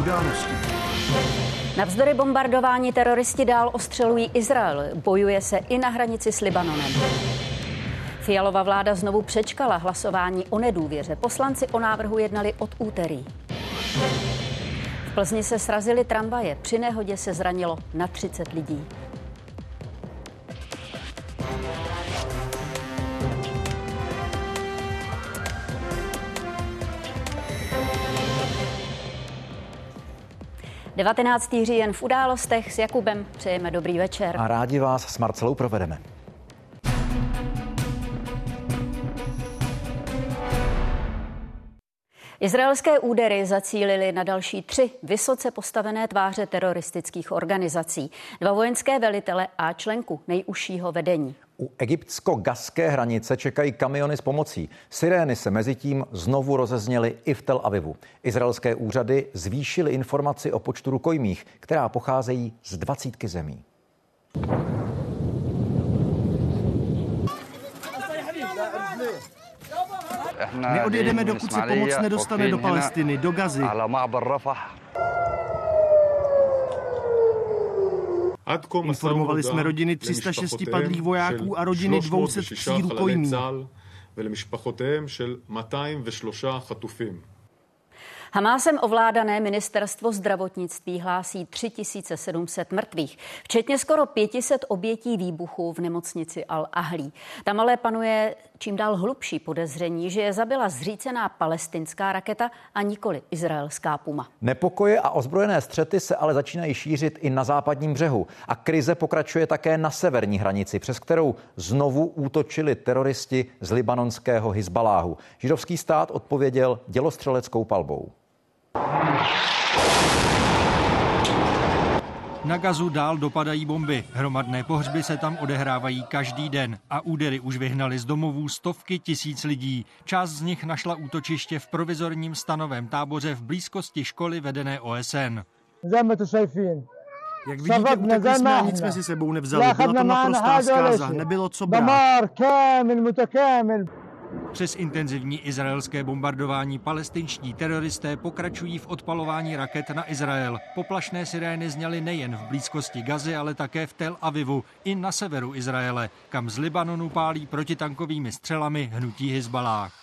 Události. Navzdory bombardování teroristi dál ostřelují Izrael. Bojuje se i na hranici s Libanonem. Fialova vláda znovu přečkala hlasování o nedůvěře. Poslanci o návrhu jednali od úterý. V Plzni se srazily tramvaje. Při nehodě se zranilo na 30 lidí. – 19. říjen v Událostech s Jakubem přejeme dobrý večer. A rádi vás s Marcelou provedeme. Izraelské údery zacílily na další 3 vysoce postavené tváře teroristických organizací. 2 vojenské velitele a členku nejužšího vedení. U egyptsko-gaské hranice čekají kamiony s pomocí. Sirény se mezitím znovu rozezněly i v Tel Avivu. Izraelské úřady zvýšily informaci o počtu rukojmích, která pocházejí z 20 zemí. Neodjedeme, dokud se pomoc nedostane do Palestiny, do Gazy. Informovali jsme rodiny 306 padlých vojáků a rodiny 203 rukojmí. Hamásem ovládané ministerstvo zdravotnictví hlásí 3700 mrtvých, včetně skoro 500 obětí výbuchů v nemocnici Al-Ahlí. Tam ale panuje čím dál hlubší podezření, že je zabila zřícená palestinská raketa a nikoli izraelská Puma. Nepokoje a ozbrojené střety se ale začínají šířit i na západním břehu. A krize pokračuje také na severní hranici, přes kterou znovu útočili teroristi z libanonského Hizbaláhu. Židovský stát odpověděl dělostřeleckou palbou. Na Gazu dál dopadají bomby. Hromadné pohřby se tam odehrávají každý den a údery už vyhnaly z domovů stovky tisíc lidí. Část z nich našla útočiště v provizorním stanovém táboře v blízkosti školy vedené OSN. Jak vidíte, utekli jsme a nic jsme si sebou nevzali. Byla to naprostá zkáza, nebylo co brát. Přes intenzivní izraelské bombardování palestinští teroristé pokračují v odpalování raket na Izrael. Poplašné sirény zněly nejen v blízkosti Gazy, ale také v Tel Avivu i na severu Izraele, kam z Libanonu pálí protitankovými střelami hnutí Hizballáh.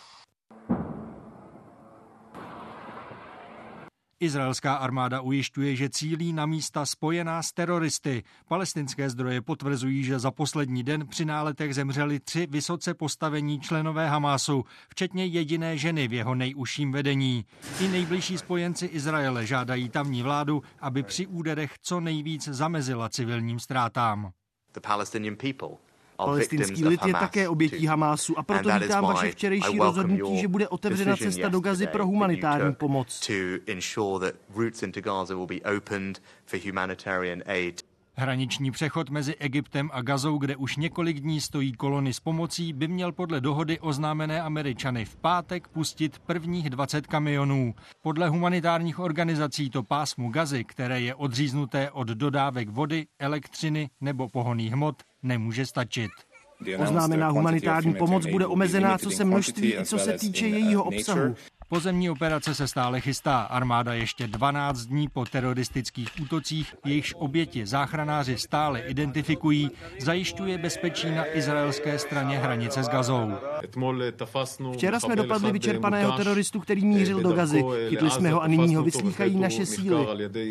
Izraelská armáda ujišťuje, že cílí na místa spojená s teroristy. Palestinské zdroje potvrzují, že za poslední den při náletech zemřeli 3 vysoce postavení členové Hamásu, včetně jediné ženy v jeho nejužším vedení. I nejbližší spojenci Izraele žádají tamní vládu, aby při úderech co nejvíc zamezila civilním ztrátám. Palestinský lid je také obětí Hamásu a proto vítám vaše včerejší rozhodnutí, že bude otevřena cesta do Gazy pro humanitární pomoc. Hraniční přechod mezi Egyptem a Gazou, kde už několik dní stojí kolony s pomocí, by měl podle dohody oznámené Američany v pátek pustit prvních 20 kamionů. Podle humanitárních organizací to pásmu Gazy, které je odříznuté od dodávek vody, elektřiny nebo pohonných hmot, nemůže stačit. Oznámená humanitární pomoc bude omezená co se množství i co se týče jejího obsahu. Pozemní operace se stále chystá. Armáda ještě 12 dní po teroristických útocích, jejichž oběti záchranáři stále identifikují, zajišťuje bezpečí na izraelské straně hranice s Gazou. Včera jsme dopadli vyčerpaného teroristu, který mířil do Gazy. Chytli jsme ho a nyní ho vyslýchají naše síly.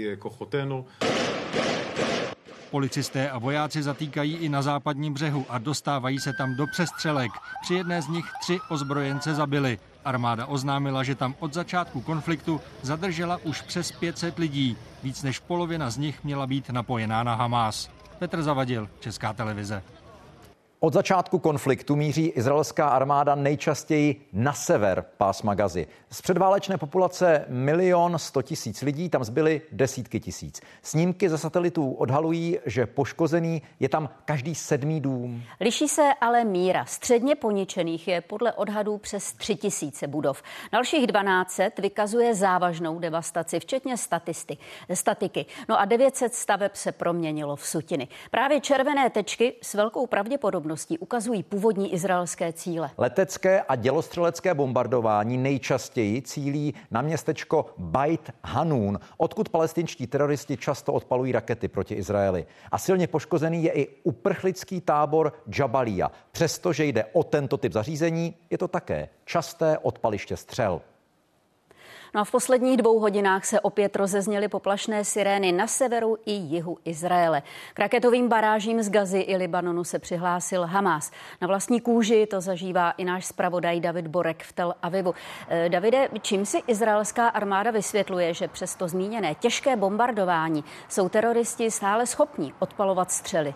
Policisté a vojáci zatýkají i na západním břehu a dostávají se tam do přestřelek. Při jedné z nich 3 ozbrojence zabili. Armáda oznámila, že tam od začátku konfliktu zadržela už přes 500 lidí. Víc než polovina z nich měla být napojená na Hamás. Petr Zavadil, Česká televize. Od začátku konfliktu míří izraelská armáda nejčastěji na sever pásma Gazy. Z předválečné populace 1 100 000 lidí tam zbyly desítky tisíc. Snímky ze satelitů odhalují, že poškozený je tam každý 7. dům. Liší se ale míra. Středně poničených je podle odhadů přes 3000 budov. Dalších 1200 vykazuje závažnou devastaci, včetně statiky. No a 900 staveb se proměnilo v sutiny. Právě červené tečky s velkou pravděpodobností podrobností ukazují původní izraelské cíle. Letecké a dělostřelecké bombardování nejčastěji cílí na městečko Beit Hanun, odkud palestinští teroristi často odpalují rakety proti Izraeli. A silně poškozený je i uprchlický tábor Jabalia. Přestože jde o tento typ zařízení, je to také časté odpaliště střel. No a v posledních 2 hodinách se opět rozezněly poplašné sirény na severu i jihu Izraele. K raketovým barážím z Gazy i Libanonu se přihlásil Hamás. Na vlastní kůži to zažívá i náš zpravodaj David Borek v Tel Avivu. Davide, čím si izraelská armáda vysvětluje, že přes to zmíněné těžké bombardování jsou teroristi stále schopni odpalovat střely?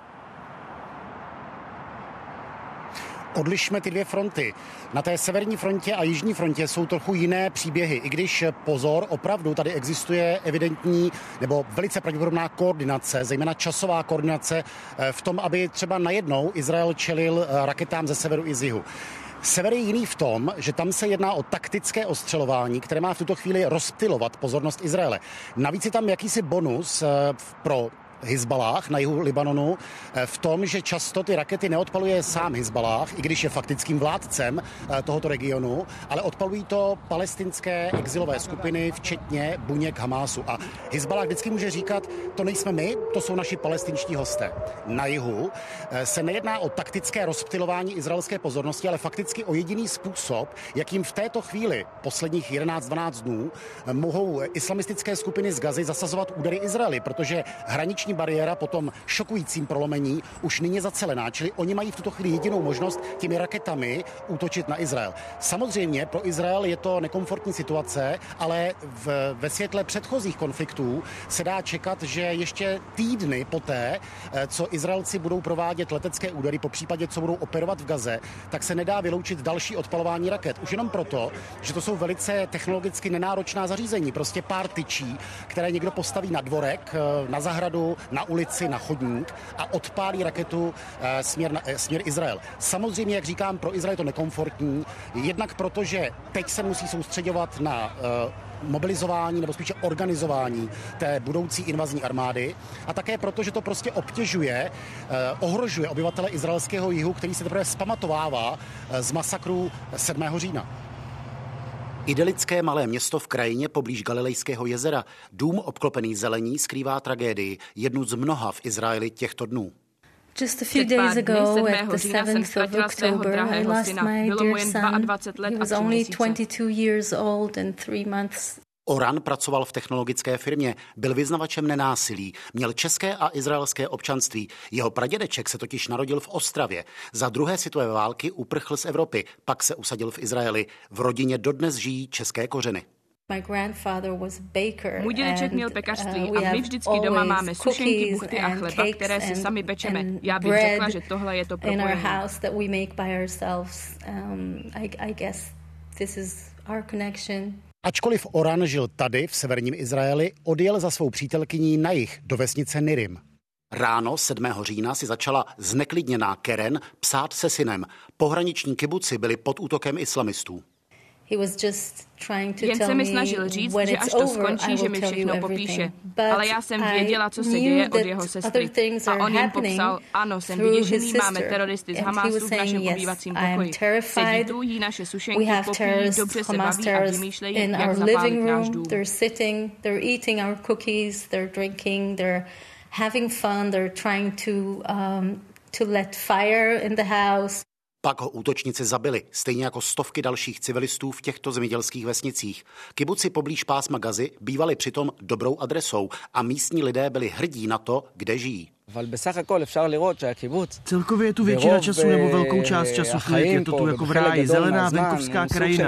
Odlišme ty 2 fronty. Na té severní frontě a jižní frontě jsou trochu jiné příběhy, i když pozor, opravdu tady existuje evidentní nebo velice pravděpodobná koordinace, zejména časová koordinace v tom, aby třeba najednou Izrael čelil raketám ze severu i z jihu. Sever je jiný v tom, že tam se jedná o taktické ostřelování, které má v tuto chvíli rozptylovat pozornost Izraele. Navíc je tam jakýsi bonus pro Hizballáh na jihu Libanonu v tom, že často ty rakety neodpaluje sám Hizballáh, i když je faktickým vládcem tohoto regionu, ale odpalují to palestinské exilové skupiny, včetně buněk Hamásu. A Hizballáh vždycky může říkat, to nejsme my, to jsou naši palestinští hosté. Na jihu se nejedná o taktické rozptylování izraelské pozornosti, ale fakticky o jediný způsob, jakým v této chvíli, posledních 11-12 dnů, mohou islamistické skupiny z Gazy zasazovat údery Izraeli, protože hraniční bariéra po tom šokujícím prolomení už nyní zacelená, čili oni mají v tuto chvíli jedinou možnost těmi raketami útočit na Izrael. Samozřejmě pro Izrael je to nekomfortní situace, ale ve světle předchozích konfliktů se dá čekat, že ještě týdny poté, co Izraelci budou provádět letecké údery, po případě, co budou operovat v Gaze, tak se nedá vyloučit další odpalování raket. Už jenom proto, že to jsou velice technologicky nenáročná zařízení, prostě pár tyčí, které někdo postaví na dvorek, na zahradu, na ulici, na chodník a odpálí raketu směr Izrael. Samozřejmě, jak říkám, pro Izrael je to nekomfortní, jednak proto, že teď se musí soustředovat na mobilizování nebo spíše organizování té budoucí invazní armády a také proto, že to prostě obtěžuje, ohrožuje obyvatele izraelského jihu, který se teprve vzpamatovává z masakru 7. října. Idylické malé město v krajině poblíž Galilejského jezera, dům obklopený zelení, skrývá tragédii, jednu z mnoha v Izraeli těchto dnů. Just a few days ago, at the 7th of October, I lost my dear son. He was only 22 years old and 3 months. Oran pracoval v technologické firmě, byl vyznavačem nenásilí, měl české a izraelské občanství. Jeho pradědeček se totiž narodil v Ostravě. Za druhé světové války uprchl z Evropy, pak se usadil v Izraeli. V rodině dodnes žijí české kořeny. Můj dědeček měl pekařství a my vždycky doma máme sušenky, buchty a chleba, které si sami pečeme. Já bych řekla, že tohle je to propojení. Ačkoliv Oran žil tady, v severním Izraeli, odjel za svou přítelkyní na jih do vesnice Nirim. Ráno 7. října si začala zneklidněná Keren psát se synem. Pohraniční kibuci byli pod útokem islamistů. Jen se mi snažil říct, že až to skončí, že mi všechno popíše. Ale já jsem věděla, co se děje od jeho sestry. A on jen popsal, ano, jsem vyděšený, máme teroristy z Hamásu v našem obývacím pokoji. Sedí tu, jí naše sušenky, popíjí, dobře se baví a vymýšlejí, jak zapálit náš dům. Pak ho útočníci zabili, stejně jako stovky dalších civilistů v těchto zemědělských vesnicích. Kibuci poblíž pásma Gazy bývaly přitom dobrou adresou a místní lidé byli hrdí na to, kde žijí. Celkově je tu většina času nebo velkou část času klid, je to tu jako v ráji, zelená venkovská krajina.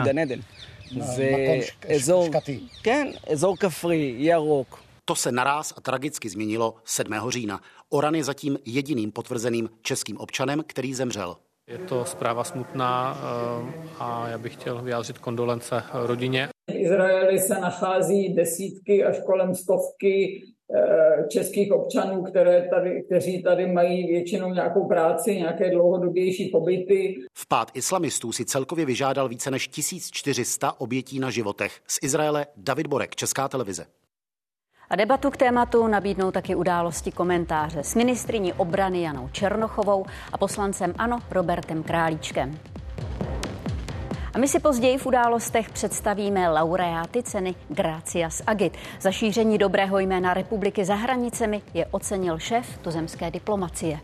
To se naráz a tragicky změnilo 7. října. Oran je zatím jediným potvrzeným českým občanem, který zemřel. Je to zpráva smutná a já bych chtěl vyjádřit kondolence rodině. V Izraeli se nachází desítky až kolem stovky českých občanů, kteří tady mají většinou nějakou práci, nějaké dlouhodobější pobyty. Vpád islamistů si celkově vyžádal více než 1400 obětí na životech. Z Izraele David Borek, Česká televize. A debatu k tématu nabídnou taky události komentáře s ministryní obrany Janou Černochovou a poslancem ANO Robertem Králíčkem. A my si později v událostech představíme laureáty ceny Gracias Agit. Za šíření dobrého jména republiky za hranicemi je ocenil šéf tuzemské diplomacie.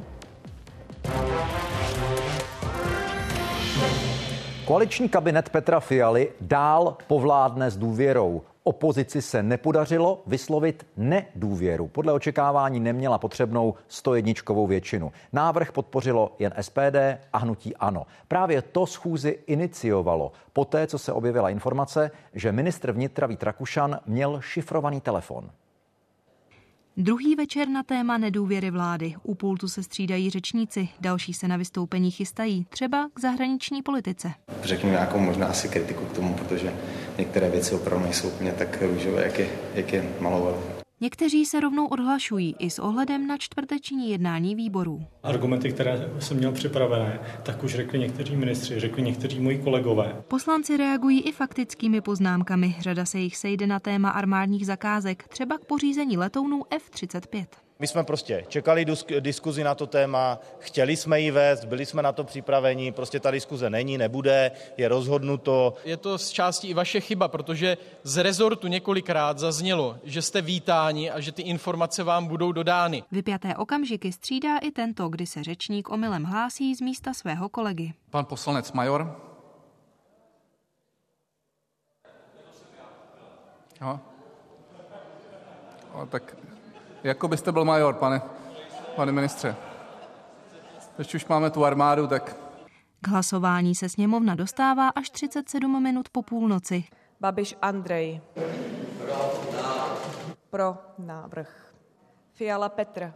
Koaliční kabinet Petra Fialy dál povládne s důvěrou. Opozici se nepodařilo vyslovit nedůvěru. Podle očekávání neměla potřebnou 101 většinu. Návrh podpořilo jen SPD a hnutí ANO. Právě to schůzi iniciovalo poté, co se objevila informace, že ministr vnitra Vít Rakušan měl šifrovaný telefon. Druhý večer na téma nedůvěry vlády. U pultu se střídají řečníci, další se na vystoupení chystají, třeba k zahraniční politice. Řeknu nějakou možná asi kritiku k tomu, protože některé věci opravdu nejsou úplně tak růžové, jak je malovali. Někteří se rovnou odhlašují i s ohledem na čtvrteční jednání výborů. Argumenty, které jsem měl připravené, tak už řekli někteří ministři, řekli někteří moji kolegové. Poslanci reagují i faktickými poznámkami. Řada se jich sejde na téma armádních zakázek, třeba k pořízení letounů F-35. My jsme prostě čekali diskuzi na to téma, chtěli jsme ji vést, byli jsme na to připraveni, prostě ta diskuze není, nebude, je rozhodnuto. Je to z části i vaše chyba, protože z rezortu několikrát zaznělo, že jste vítáni a že ty informace vám budou dodány. Vypjaté okamžiky střídá i tento, kdy se řečník omylem hlásí z místa svého kolegy. Pan poslanec Major. Tak jako byste byl major, pane ministře. Když už máme tu armádu, tak... K hlasování se sněmovna dostává až 37 minut po půlnoci. Babiš Andrej. Pro návrh. Fiala Petr.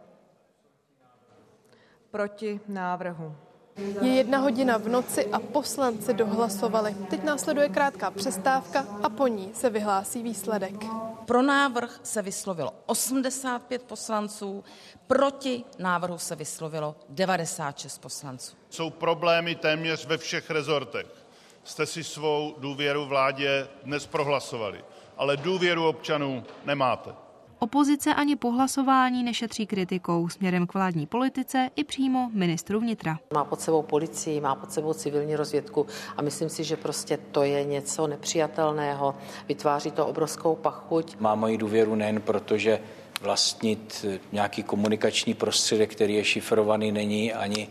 Proti návrhu. Je 1 hodina v noci a poslanci dohlasovali. Teď následuje krátká přestávka a po ní se vyhlásí výsledek. Pro návrh se vyslovilo 85 poslanců, proti návrhu se vyslovilo 96 poslanců. Jsou problémy téměř ve všech rezortech. Jste si svou důvěru vládě dnes prohlasovali, ale důvěru občanů nemáte. Opozice ani po hlasování nešetří kritikou směrem k vládní politice i přímo ministru vnitra. Má pod sebou policii, má pod sebou civilní rozvědku a myslím si, že prostě to je něco nepřijatelného. Vytváří to obrovskou pachuť. Má moji důvěru nejen proto, že vlastnit nějaký komunikační prostředek, který je šifrovaný, není ani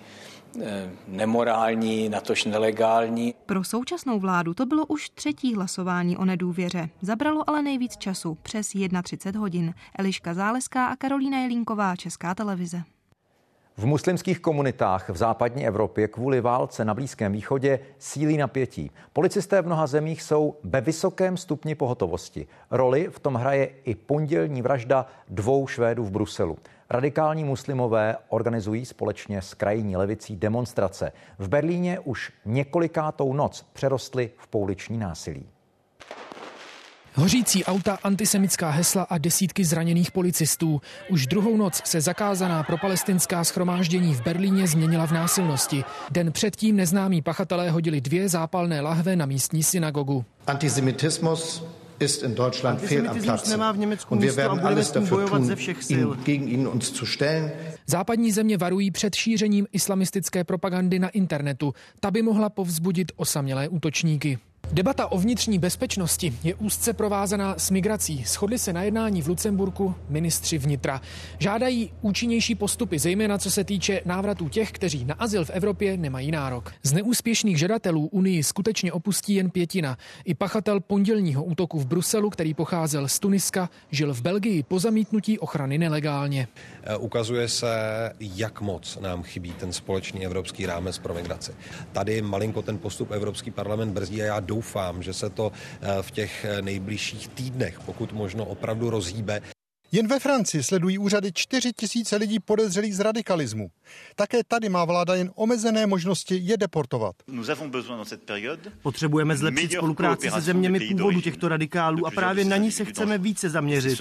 nemorální, natož nelegální. Pro současnou vládu to bylo už 3. hlasování o nedůvěře. Zabralo ale nejvíc času, přes 31 hodin. Eliška Záleská a Karolína Jelínková, Česká televize. V muslimských komunitách v západní Evropě kvůli válce na Blízkém východě sílí napětí. Policisté v mnoha zemích jsou ve vysokém stupni pohotovosti. Roli v tom hraje i pondělní vražda 2 Švédů v Bruselu. Radikální muslimové organizují společně s krajní levicí demonstrace. V Berlíně už několikátou noc přerostly v pouliční násilí. Hořící auta, antisemitská hesla a desítky zraněných policistů. Už 2. noc se zakázaná propalestinská shromáždění v Berlíně změnila v násilnosti. Den předtím neznámí pachatelé hodili 2 zápalné lahve na místní synagogu. Antisemitismus ist in Deutschland fehl am Platz. Nemá v Německu místo a budeme s tím bojovat ze všech sil. Gegen ihn uns zu stellen. Západní země varují před šířením islamistické propagandy na internetu. Ta by mohla povzbudit osamělé útočníky. Debata o vnitřní bezpečnosti je úzce provázaná s migrací. Shodli se na jednání v Lucemburku ministři vnitra. Žádají účinnější postupy, zejména co se týče návratů těch, kteří na azyl v Evropě nemají nárok. Z neúspěšných žadatelů Unii skutečně opustí jen 1/5. I pachatel pondělního útoku v Bruselu, který pocházel z Tuniska, žil v Belgii po zamítnutí ochrany nelegálně. Ukazuje se, jak moc nám chybí ten společný evropský rámec pro migraci. Tady malinko ten postup Evropský parlament brzdí a já doufám, že se to v těch nejbližších týdnech, pokud možno, opravdu rozhýbe. Jen ve Francii sledují úřady 4 000 lidí podezřelých z radikalismu. Také tady má vláda jen omezené možnosti je deportovat. Potřebujeme zlepšit spolupráci se zeměmi původu těchto radikálů a právě na ní se chceme více zaměřit.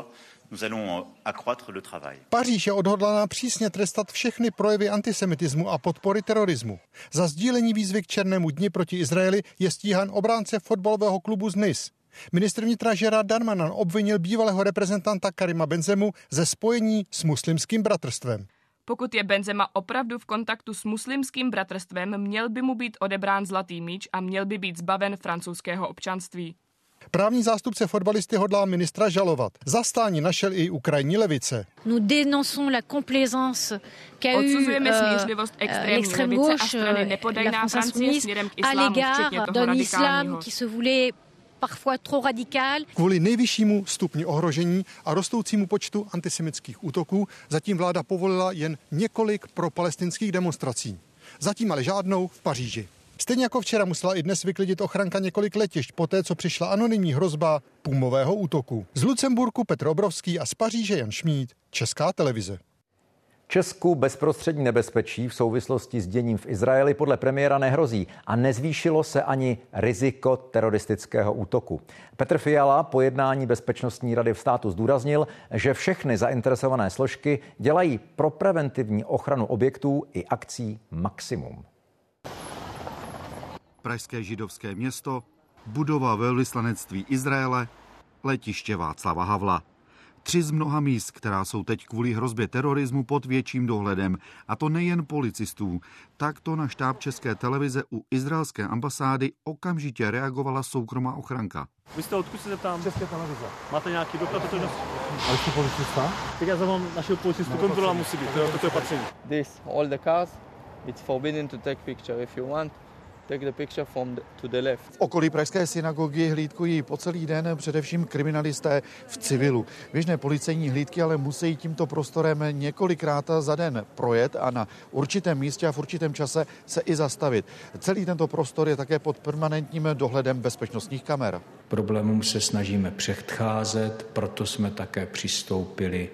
Paříž je odhodlaná přísně trestat všechny projevy antisemitismu a podpory terorismu. Za sdílení výzvy k Černému dni proti Izraeli je stíhán obránce fotbalového klubu z Nice. Ministr vnitra Gerard Darmanin obvinil bývalého reprezentanta Karima Benzemu ze spojení s muslimským bratrstvem. Pokud je Benzema opravdu v kontaktu s muslimským bratrstvem, měl by mu být odebrán zlatý míč a měl by být zbaven francouzského občanství. Právní zástupce fotbalisty hodlá ministra žalovat. Zastání našel i ukrajinní levice. Odsuzujeme smířlivost extrémní levice a strany nepodajná Francie směrem k islámu, včetně toho radikálního. Kvůli nejvyššímu stupni ohrožení a rostoucímu počtu antisemitských útoků zatím vláda povolila jen několik propalestinských demonstrací. Zatím ale žádnou v Paříži. Stejně jako včera musela i dnes vyklidit ochranka několik letišť poté, co přišla anonymní hrozba pumového útoku. Z Lucemburku Petr Obrovský a z Paříže Jan Šmíd, Česká televize. Česku bezprostřední nebezpečí v souvislosti s děním v Izraeli podle premiéra nehrozí a nezvýšilo se ani riziko teroristického útoku. Petr Fiala po jednání Bezpečnostní rady státu zdůraznil, že všechny zainteresované složky dělají pro preventivní ochranu objektů i akcí maximum. Pražské židovské město, budova velvyslanectví Izraele, letiště Václava Havla. 3 z mnoha míst, která jsou teď kvůli hrozbě terorismu pod větším dohledem, a to nejen policistů. Takto na štáb České televize u izraelské ambasády okamžitě reagovala soukromá ochranka. Vy jste odkud se zeptám? České televize. Máte nějaký doklad totožnosti? Ale jste policista? Tak já zavolám našeho policistu, kontrola musí být, to je opatření. This, all the cars, it's forbidden to take picture if you want. Take the picture to the left. V okolí pražské synagogy hlídkují po celý den především kriminalisté v civilu. Běžné policejní hlídky ale musí tímto prostorem několikrát za den projet a na určitém místě a v určitém čase se i zastavit. Celý tento prostor je také pod permanentním dohledem bezpečnostních kamer. Problémům se snažíme předcházet, proto jsme také přistoupili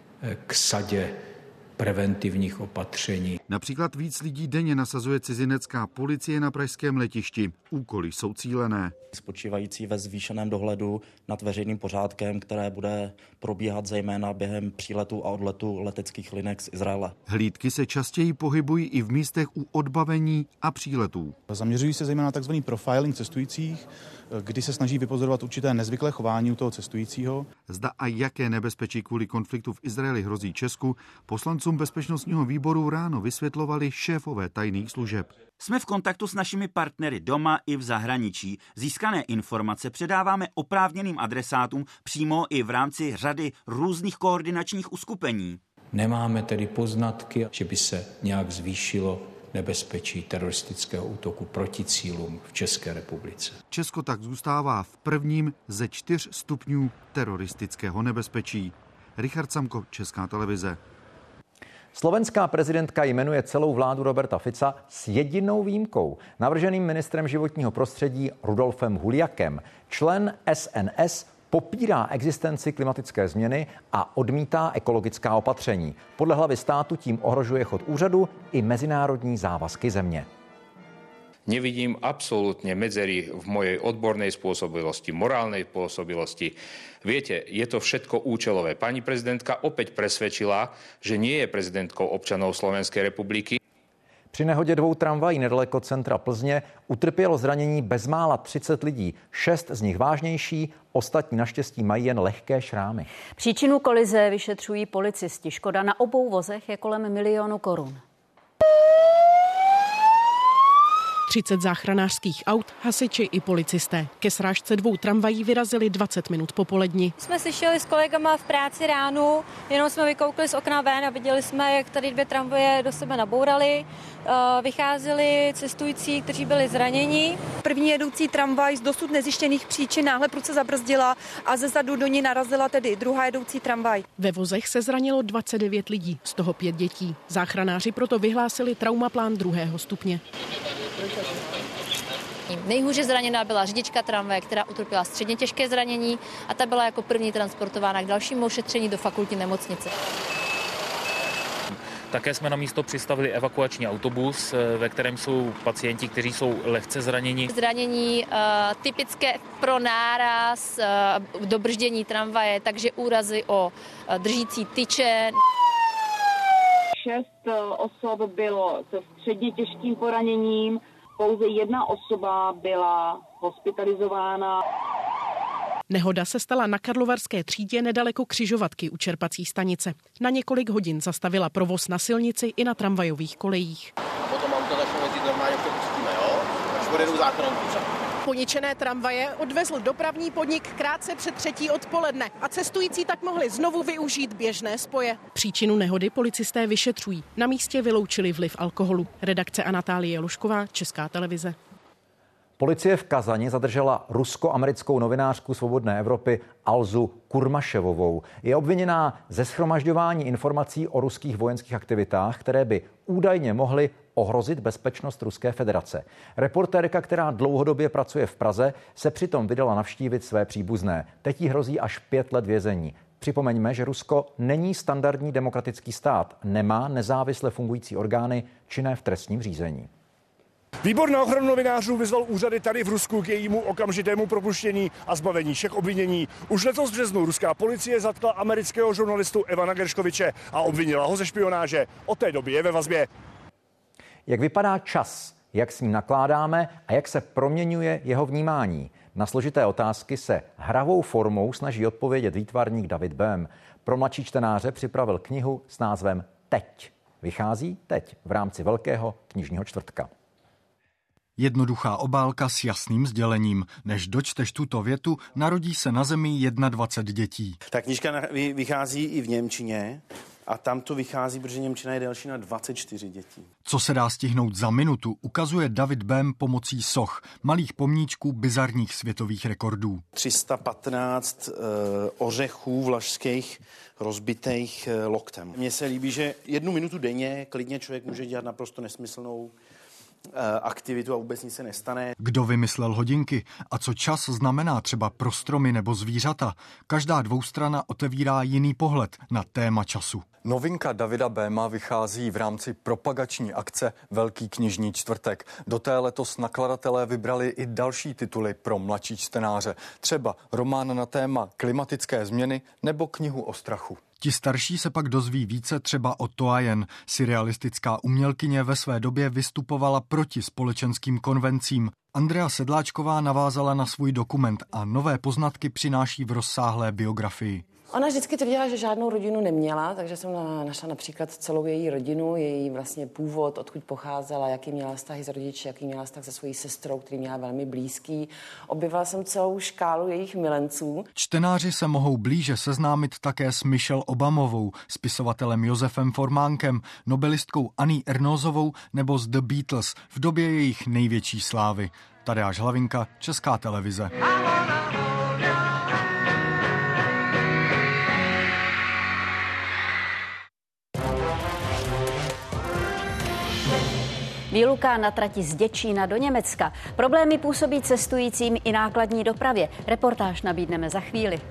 k sadě preventivních opatření. Například víc lidí denně nasazuje cizinecká policie na pražském letišti. Úkoly jsou cílené. Spočívající ve zvýšeném dohledu nad veřejným pořádkem, které bude probíhat zejména během příletu a odletu leteckých linek z Izraele. Hlídky se častěji pohybují i v místech u odbavení a příletů. Zaměřují se zejména na tzv. Profiling cestujících, kdy se snaží vypozorovat určité nezvyklé chování u toho cestujícího. Zda a jaké nebezpečí kvůli konfliktu v Izraeli hrozí Česku, poslancům bezpečnostního výboru ráno vysvětlovali šéfové tajných služeb. Jsme v kontaktu s našimi partnery doma i v zahraničí. Získané informace předáváme oprávněným adresátům přímo i v rámci řady různých koordinačních uskupení. Nemáme tedy poznatky, že by se nějak zvýšilo nebezpečí teroristického útoku proti cílům v České republice. Česko tak zůstává v prvním ze 4 stupňů teroristického nebezpečí. Richard Samko, Česká televize. Slovenská prezidentka jmenuje celou vládu Roberta Fica s jedinou výjimkou. Navrženým ministrem životního prostředí Rudolfem Huliakem. Člen SNS popírá existenci klimatické změny a odmítá ekologická opatření. Podle hlavy státu tím ohrožuje chod úřadu i mezinárodní závazky země. Nevidím absolútne medzery v mojej odbornej spôsobilosti, morálnej spôsobilosti. Viete, je to všetko účelové. Pani prezidentka opäť presvedčila, že nie je prezidentkou občanov Slovenskej republiky. Při nehodě 2 tramvají nedaleko centra Plzně utrpělo zranění bezmála 30 lidí. 6 z nich vážnější, ostatní naštěstí mají jen lehké šrámy. Příčinu kolize vyšetřují policisti. Škoda na obou vozech je kolem 1 milionu korun. 30 záchranářských aut, hasiči i policisté. Ke srážce 2 tramvají vyrazili 20 minut po poledni. Jsme si šli s kolegama v práci ráno, jenom jsme vykoukli z okna ven a viděli jsme, jak tady 2 tramvaje do sebe nabouraly. Vycházeli cestující, kteří byli zraněni. První jedoucí tramvaj z dosud nezjištěných příčin náhle prudce zabrzdila a ze zadu do ní narazila tedy druhá jedoucí tramvaj. Ve vozech se zranilo 29 lidí, z toho 5 dětí. Záchranáři proto vyhlásili traumaplán 2. stupně. Nejhůře zraněná byla řidička tramvaje, která utrpěla středně těžké zranění a ta byla jako první transportována k dalšímu ošetření do fakultní nemocnice. Také jsme na místo přistavili evakuační autobus, ve kterém jsou pacienti, kteří jsou lehce zraněni. Zranění typické pro náraz, do brždění tramvaje, takže úrazy o držící tyče. 6 osob bylo se středně těžkým poraněním, pouze 1 osoba byla hospitalizována. Nehoda se stala na Karlovarské třídě nedaleko křižovatky u čerpací stanice. Na několik hodin zastavila provoz na silnici i na tramvajových kolejích. Potom auto začalo jezdit normálně, přepustíme, jo? Až odjedou záchrannou třeba. Poničené tramvaje odvezl dopravní podnik krátce před 3. odpoledne a cestující tak mohli znovu využít běžné spoje. Příčinu nehody policisté vyšetřují. Na místě vyloučili vliv alkoholu. Redakce Anatálie Lušková, Česká televize. Policie v Kazani zadržela rusko-americkou novinářku Svobodné Evropy Alzu Kurmaševovou. Je obviněná ze shromažďování informací o ruských vojenských aktivitách, které by údajně mohly ohrozit bezpečnost Ruské federace. Reportérka, která dlouhodobě pracuje v Praze, se přitom vydala navštívit své příbuzné. Teď jí hrozí až 5 let vězení. Připomeňme, že Rusko není standardní demokratický stát, nemá nezávisle fungující orgány činné v trestním řízení. Výbor na ochranu novinářů vyzval úřady tady v Rusku k jejímu okamžitému propuštění a zbavení všech obvinění. Už letos v březnu ruská policie zatkla amerického žurnalistu Evana Gerškoviče a obvinila ho ze špionáže. Od té doby je ve vazbě. Jak vypadá čas, jak s ním nakládáme a jak se proměňuje jeho vnímání? Na složité otázky se hravou formou snaží odpovědět výtvarník David Böhm. Pro mladší čtenáře připravil knihu s názvem Teď. Vychází teď v rámci Velkého knižního čtvrtka. Jednoduchá obálka s jasným sdělením. Než dočteš tuto větu, narodí se na zemi 21 dětí. Ta knížka vychází i v němčině a tam to vychází, protože němčina je delší na 24 dětí. Co se dá stihnout za minutu, ukazuje David Böhm pomocí soch, malých pomníčků bizarních světových rekordů. 315 ořechů vlašských rozbitých loktem. Mně se líbí, že 1 minutu denně klidně člověk může dělat naprosto nesmyslnou aktivitu a vůbec nic se nestane. Kdo vymyslel hodinky a co čas znamená třeba pro stromy nebo zvířata? Každá dvoustrana otevírá jiný pohled na téma času. Novinka Davida Böhma vychází v rámci propagační akce Velký knižní čtvrtek. Do té letos nakladatelé vybrali i další tituly pro mladší čtenáře. Třeba román na téma klimatické změny nebo knihu o strachu. Ti starší se pak dozví více třeba o Toajen. Surrealistická umělkyně ve své době vystupovala proti společenským konvencím. Andrea Sedláčková navázala na svůj dokument a nové poznatky přináší v rozsáhlé biografii. Ona vždycky tvrdila, že žádnou rodinu neměla, takže jsem našla například celou její rodinu, její vlastně původ, odkud pocházela, jaký měla vztahy s rodiči, jaký měla vztah se svojí sestrou, který měla velmi blízký. Objevila jsem celou škálu jejich milenců. Čtenáři se mohou blíže seznámit také s Michelle Obamovou, spisovatelem Josefem Formánkem, nobelistkou Annie Ernauxovou nebo s The Beatles v době jejich největší slávy. Tadeáš Hlavinka, Česká televize. Výluka na trati z Děčína do Německa. Problémy působí cestujícím i nákladní dopravě. Reportáž nabídneme za chvíli.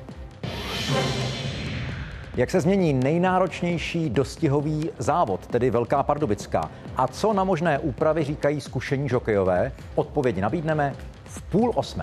Jak se změní nejnáročnější dostihový závod, tedy Velká Pardubická? A co na možné úpravy říkají zkušení žokejové? Odpovědi nabídneme v 7:30.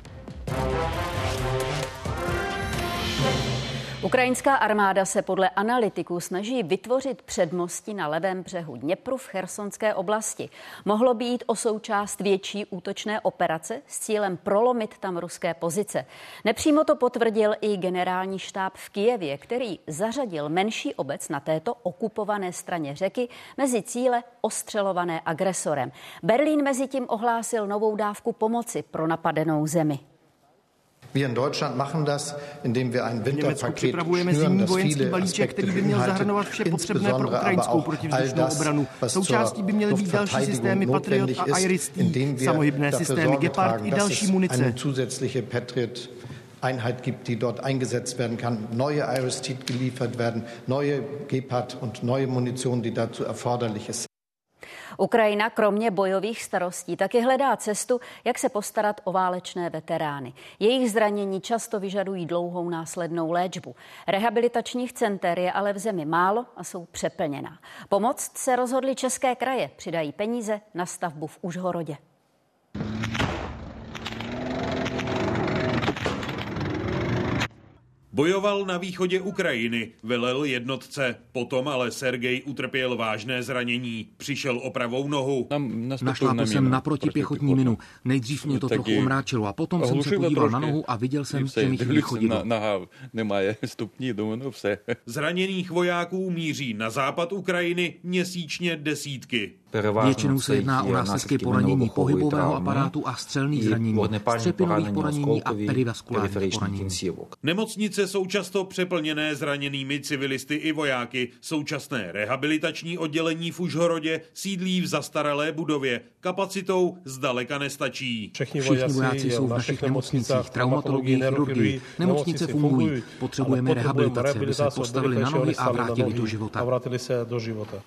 Ukrajinská armáda se podle analytiků snaží vytvořit předmostí na levém břehu Dněpru v Chersonské oblasti. Mohlo by jít o součást větší útočné operace s cílem prolomit tam ruské pozice. Nepřímo to potvrdil i generální štáb v Kyjevě, který zařadil menší obec na této okupované straně řeky mezi cíle ostřelované agresorem. Berlín mezitím ohlásil novou dávku pomoci pro napadenou zemi. Wir in Deutschland machen das, indem wir ein Winterpaket připravujeme zimní vojenský balíček, který by měl zahrnovat vše potřebné pro ukrajinskou protivzdušnou obranu. Součástí by měly být další systémy Patriot a Iris-T, samohybné systémy Gepard i další munice. Einheit gibt, die dort eingesetzt werden kann, neue Iris-T geliefert werden, neue Gepard und neue Munition, die dazu erforderlich ist. Ukrajina kromě bojových starostí taky hledá cestu, jak se postarat o válečné veterány. Jejich zranění často vyžadují dlouhou následnou léčbu. Rehabilitačních center je ale v zemi málo a jsou přeplněná. Pomoct se rozhodly české kraje, přidají peníze na stavbu v Užhorodě. Bojoval na východě Ukrajiny, velel jednotce, potom ale Sergej utrpěl vážné zranění. Přišel o pravou nohu. Našlápl jsem na protipěchotní minu. Nejdřív mě to trochu omráčilo a potom jsem se podíval na nohu a viděl jsem, že mi chybí chodidlo. Zraněných vojáků míří na západ Ukrajiny měsíčně desítky. Většinou se jedná o následky poranění pohybového aparátu a střelných zranění, střepinových poranění a perivaskulárních poranění. Nemocnice jsou často přeplněné zraněnými civilisty i vojáky. Současné rehabilitační oddělení v Užhorodě sídlí v zastaralé budově. Kapacitou zdaleka nestačí. Všichni vojáci jsou v našich nemocnicích, traumatologii, chirurgii. Nemocnice fungují. Potřebujeme rehabilitaci, aby se postavili na nohy a vrátili do života.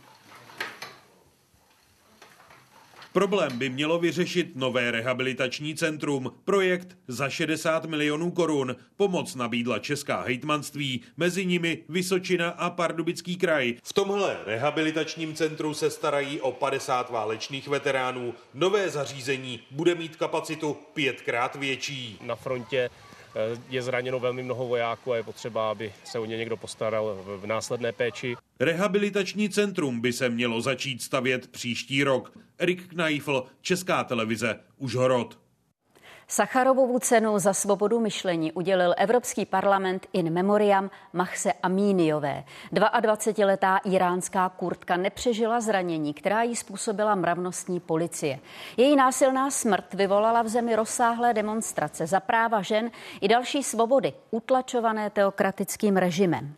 Problém by mělo vyřešit nové rehabilitační centrum. Projekt za 60 milionů korun. Pomoc nabídla česká hejtmanství, mezi nimi Vysočina a Pardubický kraj. V tomhle rehabilitačním centru se starají o 50 válečných veteránů. Nové zařízení bude mít kapacitu 5krát větší. Na frontě je zraněno velmi mnoho vojáků a je potřeba, aby se o ně někdo postaral v následné péči. Rehabilitační centrum by se mělo začít stavět příští rok. Erik Kneifl, Česká televize, Užhorod. Sacharovovu cenu za svobodu myšlení udělil Evropský parlament in memoriam Mahse Aminiové. 22letá iránská Kurdka nepřežila zranění, která jí způsobila mravnostní policie. Její násilná smrt vyvolala v zemi rozsáhlé demonstrace za práva žen i další svobody, utlačované teokratickým režimem.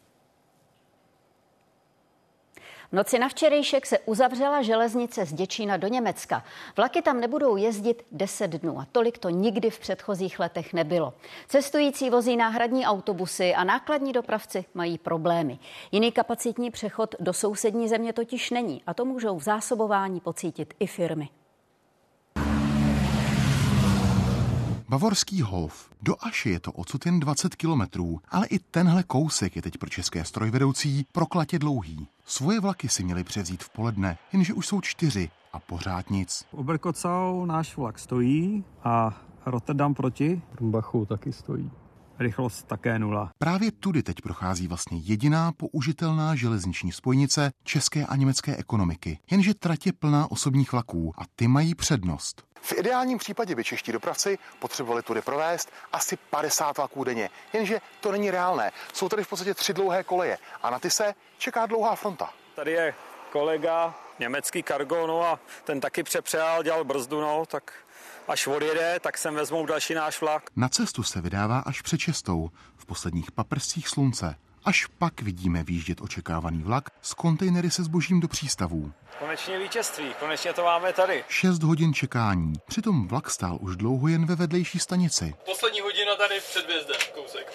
V noci na včerejšek se uzavřela železnice z Děčína do Německa. Vlaky tam nebudou jezdit 10 dnů a tolik to nikdy v předchozích letech nebylo. Cestující vozí náhradní autobusy a nákladní dopravci mají problémy. Jiný kapacitní přechod do sousední země totiž není a to můžou v zásobování pocítit i firmy. Bavorský Hof. Do Aši je to odsud jen 20 kilometrů, ale i tenhle kousek je teď pro české strojvedoucí proklatě dlouhý. Svoje vlaky si měli převzít v poledne, jenže už jsou 4 a pořád nic. U Berkocau náš vlak stojí a Rotterdam proti Brumbachu taky stojí. Rychlost také 0. Právě tudy teď prochází vlastně jediná použitelná železniční spojnice české a německé ekonomiky. Jenže trať je plná osobních vlaků a ty mají přednost. V ideálním případě by čeští dopravci potřebovali tudy provést asi 50 vlaků denně. Jenže to není reálné. Jsou tady v podstatě 3 dlouhé koleje a na ty se čeká dlouhá fronta. Tady je kolega německý Cargo, no a ten taky přepřejal, dělal brzdu, no, tak až odjede, tak sem vezmou další náš vlak. Na cestu se vydává až před 6. v posledních paprscích slunce. Až pak vidíme výjíždět očekávaný vlak s kontejnery se zbožím do přístavů. Konečně vítězství, konečně to máme tady. 6 hodin čekání, přitom vlak stál už dlouho jen ve vedlejší stanici. Poslední hodina tady před vjezdem, kousek.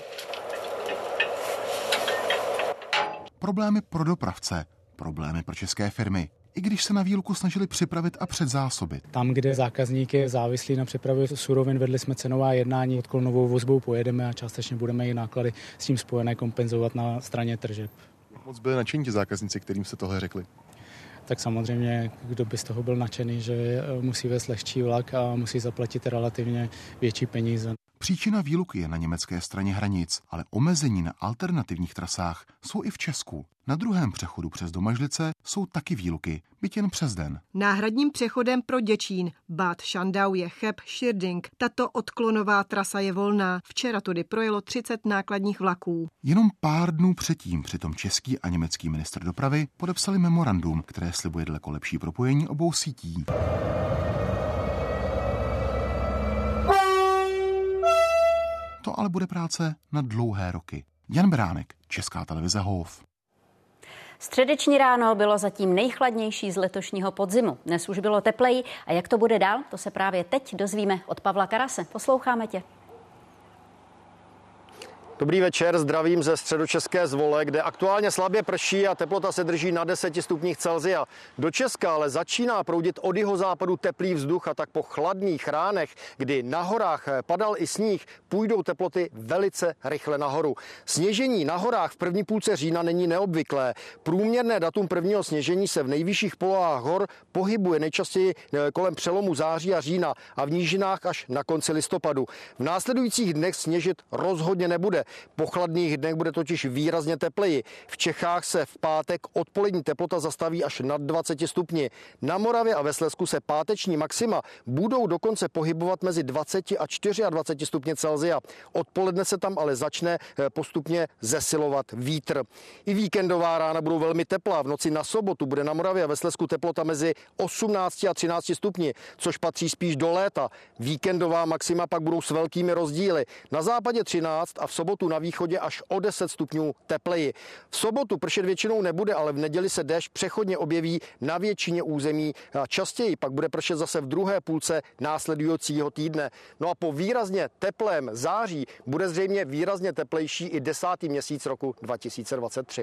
Problémy pro dopravce, problémy pro české firmy. I když se na výluku snažili připravit a předzásobit. Tam, kde zákazník je závislý na přepravě surovin, vedli jsme cenová jednání, odklonovou vozbou pojedeme a částečně budeme i náklady s tím spojené kompenzovat na straně tržeb. Moc byli nadšení ti zákazníci, kterým se tohle řekli? Tak samozřejmě, kdo by z toho byl nadšený, že musí vést lehčí vlak a musí zaplatit relativně větší peníze. Příčina výluky je na německé straně hranic, ale omezení na alternativních trasách jsou i v Česku. Na druhém přechodu přes Domažlice jsou taky výluky, byť jen přes den. Náhradním přechodem pro Děčín Bad Schandau je Cheb-Schirding. Tato odklonová trasa je volná. Včera tudy projelo 30 nákladních vlaků. Jenom pár dnů předtím přitom český a německý ministr dopravy podepsali memorandum, které slibuje daleko lepší propojení obou sítí. To ale bude práce na dlouhé roky. Jan Beránek, Česká televize Hof. Středeční ráno bylo zatím nejchladnější z letošního podzimu. Dnes už bylo tepleji a jak to bude dál, to se právě teď dozvíme od Pavla Karase. Posloucháme tě. Dobrý večer, zdravím ze středočeské Zvole, kde aktuálně slabě prší a teplota se drží na 10 stupních Celsia. Do Česka ale začíná proudit od jihozápadu teplý vzduch a tak po chladných ránech, kdy na horách padal i sníh, půjdou teploty velice rychle nahoru. Sněžení na horách v první půlce října není neobvyklé. Průměrné datum prvního sněžení se v nejvyšších polohách hor pohybuje nejčastěji kolem přelomu září a října a v nížinách až na konci listopadu. V následujících dnech sněžit rozhodně nebude. Po chladných dnech bude totiž výrazně tepleji. V Čechách se v pátek odpolední teplota zastaví až nad 20 stupni. Na Moravě a ve Slezsku se páteční maxima budou dokonce pohybovat mezi 20 a 24 stupně Celsia. Odpoledne se tam ale začne postupně zesilovat vítr. I víkendová rána budou velmi teplá. V noci na sobotu bude na Moravě a ve Slezsku teplota mezi 18 a 13 stupni, což patří spíš do léta. Víkendová maxima pak budou s velkými rozdíly. Na západě 13 a v sobotu na východě až o 10 stupňů tepleji. V sobotu pršet většinou nebude, ale v neděli se déšť přechodně objeví na většině území. Častěji pak bude pršet zase v druhé půlce následujícího týdne. No a po výrazně teplém září bude zřejmě výrazně teplejší i 10. měsíc roku 2023.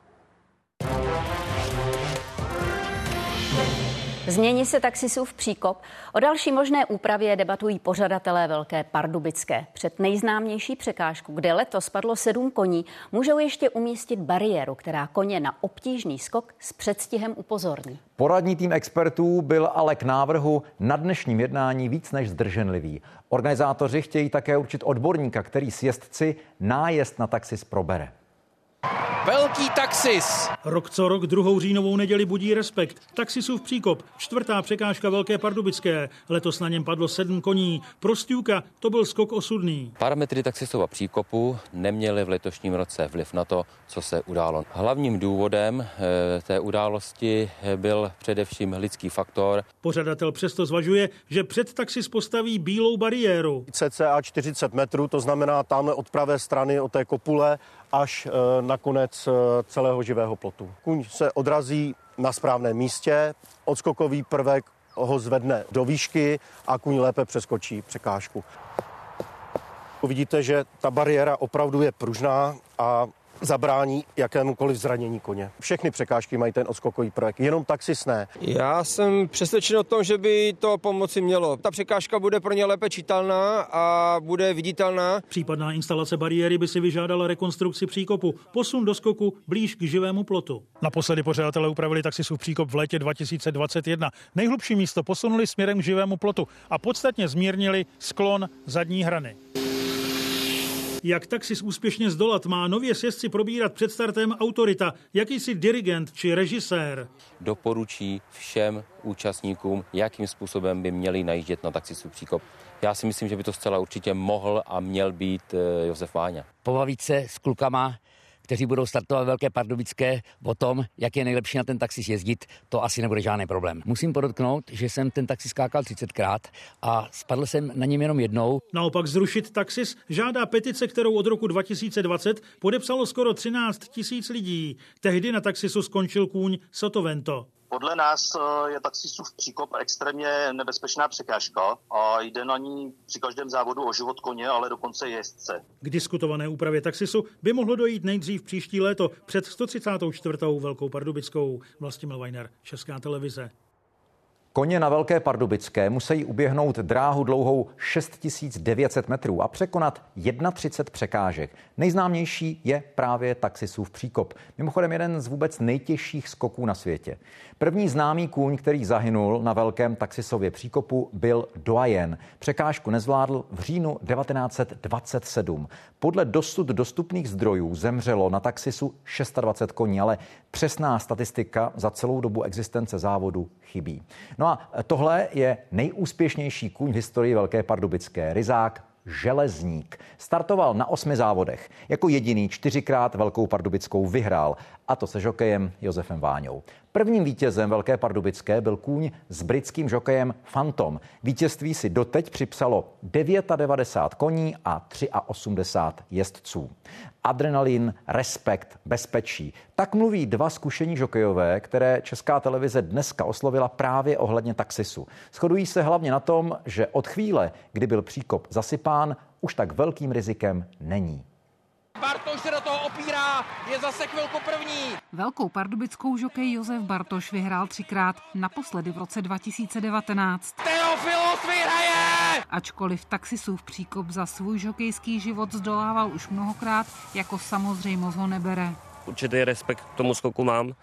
Změní se taxisův příkop. O další možné úpravě debatují pořadatelé Velké Pardubické. Před nejznámější překážku, kde letos spadlo 7 koní, můžou ještě umístit bariéru, která koně na obtížný skok s předstihem upozorní. Poradní tým expertů byl ale k návrhu na dnešním jednání víc než zdrženlivý. Organizátoři chtějí také určit odborníka, který s jezdci nájezd na taxis probere. Velký taxis. Rok co rok 2. říjnovou neděli budí respekt. Taxisův příkop, 4. překážka Velké Pardubické. Letos na něm padlo 7 koní. Pro Stůka to byl skok osudný. Parametry taxisova příkopu neměly v letošním roce vliv na to, co se událo. Hlavním důvodem té události byl především lidský faktor. Pořadatel přesto zvažuje, že před taxis postaví bílou bariéru. Cca 40 metrů, to znamená tamhle od pravé strany od té kopule až na konec celého živého plotu. Kůň se odrazí na správném místě, odskokový prvek ho zvedne do výšky a kůň lépe přeskočí překážku. Uvidíte, že ta bariéra opravdu je pružná a zabrání jakémukoliv zranění koně. Všechny překážky mají ten odskokový prvek, jenom taxis ne. Já jsem přesvědčen o tom, že by to pomoci mělo. Ta překážka bude pro ně lépe čitelná a bude viditelná. Případná instalace bariéry by si vyžádala rekonstrukci příkopu, posun do skoku blíž k živému plotu. Naposledy pořadatelé upravili taxisův příkop v létě 2021. Nejhlubší místo posunuli směrem k živému plotu a podstatně zmírnili sklon zadní hrany. Jak taxis úspěšně zdolat, má nově s jezdci probírat před startem autorita, jakýsi dirigent či režisér. Doporučí všem účastníkům, jakým způsobem by měli najíždět na taxisův příkop. Já si myslím, že by to zcela určitě mohl a měl být Josef Váňa. Pobavit se s klukama, kteří budou startovat Velké Pardubické, o tom, jak je nejlepší na ten taxis jezdit, to asi nebude žádný problém. Musím podotknout, že jsem ten taxis skákal 30krát a spadl jsem na něm jenom jednou. Naopak zrušit taxis žádá petice, kterou od roku 2020 podepsalo skoro 13 000 lidí. Tehdy na taxisu skončil kůň Sotovento. Podle nás je taxisův příkop extrémně nebezpečná překážka a jde na ní při každém závodu o život koně, ale dokonce jezdce. K diskutované úpravě taxisu by mohlo dojít nejdřív příští léto před 134. Velkou Pardubickou. Vlastimil Vajner, Česká televize. Koně na Velké Pardubické musí uběhnout dráhu dlouhou 6900 metrů a překonat 31 překážek. Nejznámější je právě taxisův příkop. Mimochodem jeden z vůbec nejtěžších skoků na světě. První známý kůň, který zahynul na velkém taxisově příkopu, byl Doyen. Překážku nezvládl v říjnu 1927. Podle dosud dostupných zdrojů zemřelo na taxisu 26 koní, ale přesná statistika za celou dobu existence závodu chybí. No a tohle je nejúspěšnější kůň v historii Velké Pardubické. Ryzák Železník. Startoval na 8 závodech. Jako jediný 4krát Velkou Pardubickou vyhrál, a to se žokejem Josefem Váňou. Prvním vítězem Velké Pardubické byl kůň s britským žokejem Phantom. Vítězství si doteď připsalo 99 koní a 83 jezdců. Adrenalin, respekt, bezpečí. Tak mluví 2 zkušení žokejové, které Česká televize dneska oslovila právě ohledně taxisu. Shodují se hlavně na tom, že od chvíle, kdy byl příkop zasypán, už tak velkým rizikem není. Bartoš se do toho opírá, je zase chvilku první. Velkou pardubickou žokej Josef Bartoš vyhrál 3krát, naposledy v roce 2019. Teofilus vyhraje! Ačkoliv taxisův příkop za svůj žokejský život zdolával už mnohokrát, jako samozřejmost ho nebere. Určitý respekt k tomu skoku mám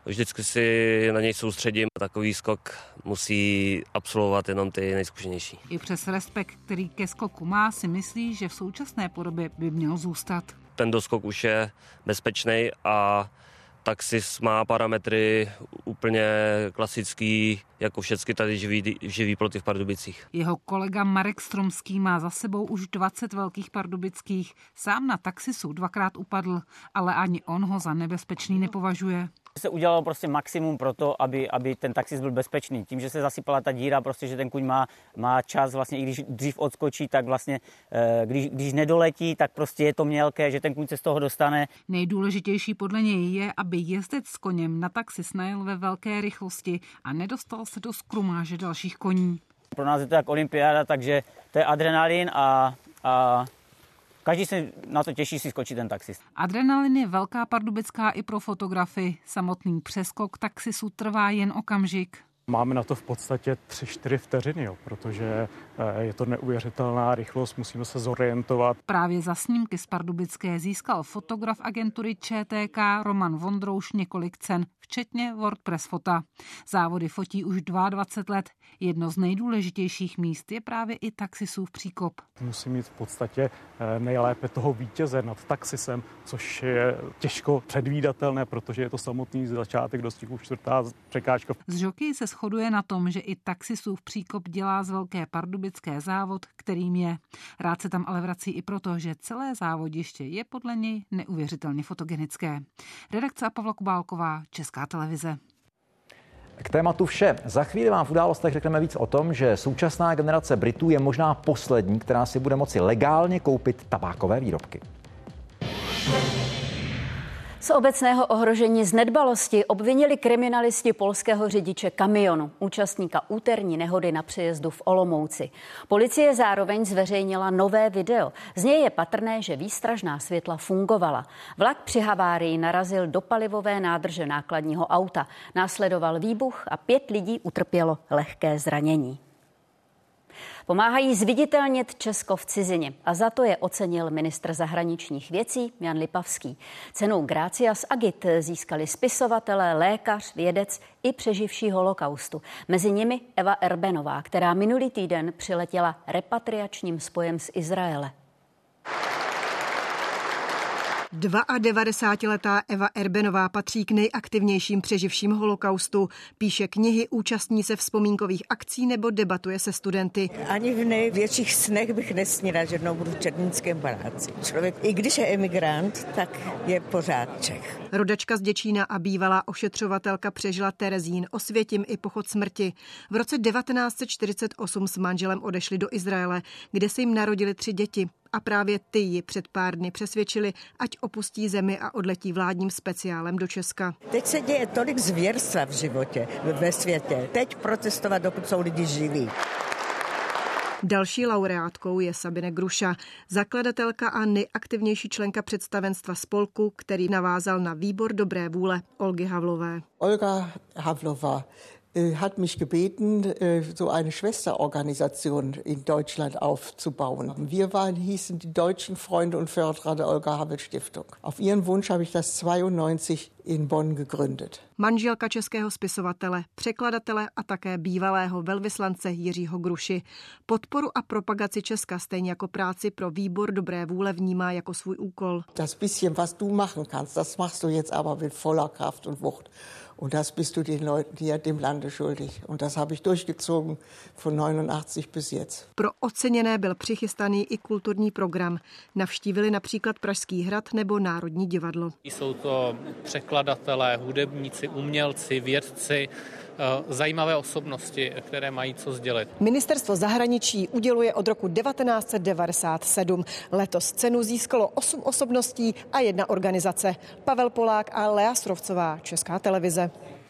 vždycky si na něj soustředím. Takový skok musí absolvovat jenom ty nejzkušenější. I přes respekt, který ke skoku má, si myslí, že v současné podobě by měl zůstat. Ten doskok už je bezpečný a taxis má parametry úplně klasický, jako všechny tady živý ploty v Pardubicích. Jeho kolega Marek Stromský má za sebou už 20 velkých pardubických. Sám na taxisu 2krát upadl, ale ani on ho za nebezpečný nepovažuje. Se udělalo prostě maximum pro to, aby ten taxis byl bezpečný. Tím, že se zasypala ta díra, prostě, že ten kuň má čas, vlastně, i když dřív odskočí, tak vlastně, když nedoletí, tak prostě je to mělké, že ten kuň se z toho dostane. Nejdůležitější podle něj je, aby jezdec s koněm na taxis najel ve velké rychlosti a nedostal se do skrumáže dalších koní. Pro nás je to jak olympiáda, takže to je adrenalin a každý se na to těší si skočit ten taxis. Adrenalin je velká pardubická i pro fotografy. Samotný přeskok taxisu trvá jen okamžik. Máme na to v podstatě 3-4 vteřiny, protože je to neuvěřitelná rychlost, musíme se zorientovat. Právě za snímky z Pardubické získal fotograf agentury ČTK Roman Vondrouš několik cen, včetně WordPress fota. Závody fotí už 22 let. Jedno z nejdůležitějších míst je právě i taxisův příkop. Musí mít v podstatě nejlépe toho vítěze nad taxisem, což je těžko předvídatelné, protože je to samotný začátek, dostihu 4. překážka. Z žoky se shoduje na tom, že i taxisův příkop dělá z velké pardubické závod, kterým je. Rád se tam ale vrací i proto, že celé závodiště je podle něj neuvěřitelně fotogenické. Redakce Pavla Kubálková, Česká televize. K tématu vše. Za chvíli vám v Událostech řekneme víc o tom, že současná generace Britů je možná poslední, která si bude moci legálně koupit tabákové výrobky. Z obecného ohrožení z nedbalosti obvinili kriminalisti polského řidiče kamionu, účastníka úterní nehody na přejezdu v Olomouci. Policie zároveň zveřejnila nové video. Z něj je patrné, že výstražná světla fungovala. Vlak při havárii narazil do palivové nádrže nákladního auta. Následoval výbuch a 5 lidí utrpělo lehké zranění. Pomáhají zviditelnit Česko v cizině a za to je ocenil ministr zahraničních věcí Jan Lipavský. Cenou Gracias Agit získali spisovatelé, lékař, vědec i přeživší holokaustu. Mezi nimi Eva Erbenová, která minulý týden přiletěla repatriačním spojem z Izraele. 92letá Eva Erbenová patří k nejaktivnějším přeživším holokaustu. Píše knihy, účastní se vzpomínkových akcí nebo debatuje se studenty. Ani v největších snech bych nesnila, že jednou budu v černínském paláci. Člověk, i když je emigrant, tak je pořád Čech. Rodačka z Děčína a bývalá ošetřovatelka přežila Terezín, Osvětim i pochod smrti. V roce 1948 s manželem odešli do Izraele, kde se jim narodili 3 děti. A právě ty ji před pár dny přesvědčili, ať opustí zemi a odletí vládním speciálem do Česka. Teď se děje tolik zvěrstva v životě, ve světě. Teď protestovat, dokud jsou lidi živí. Další laureátkou je Sabine Gruša, zakladatelka a nejaktivnější členka představenstva spolku, který navázal na výbor dobré vůle Olgy Havlové. Olga Havlova hat mich gebeten, so eine Schwesterorganisation in Deutschland aufzubauen. Wir hießen die Deutschen Freunde und Förderer der Olga Havel Stiftung. Auf ihren Wunsch habe ich das 92 in Bonn gegründet. Manželka českého spisovatele, překladatele a také bývalého velvyslance Jiřího Gruši. Podporu a propagaci Česka stejně jako práci pro výbor dobré vůle vnímá jako svůj úkol. Das bisschen, was du machen kannst, das machst du jetzt aber mit voller Kraft und Wucht. Und das bist du den Leuten hier, dem Lande schuldig. Und das habe ich durchgezogen von 89 bis jetzt. Pro oceněné byl přichystaný i kulturní program. Navštívili například Pražský hrad nebo Národní divadlo. Jsou to překladatelé, hudebníci, umělci, vědci, zajímavé osobnosti, které mají co sdělit. Ministerstvo zahraničí uděluje od roku 1997. Letos cenu získalo 8 osobností a 1 organizace. Pavel Polák a Lea Strovcová, Česká televize.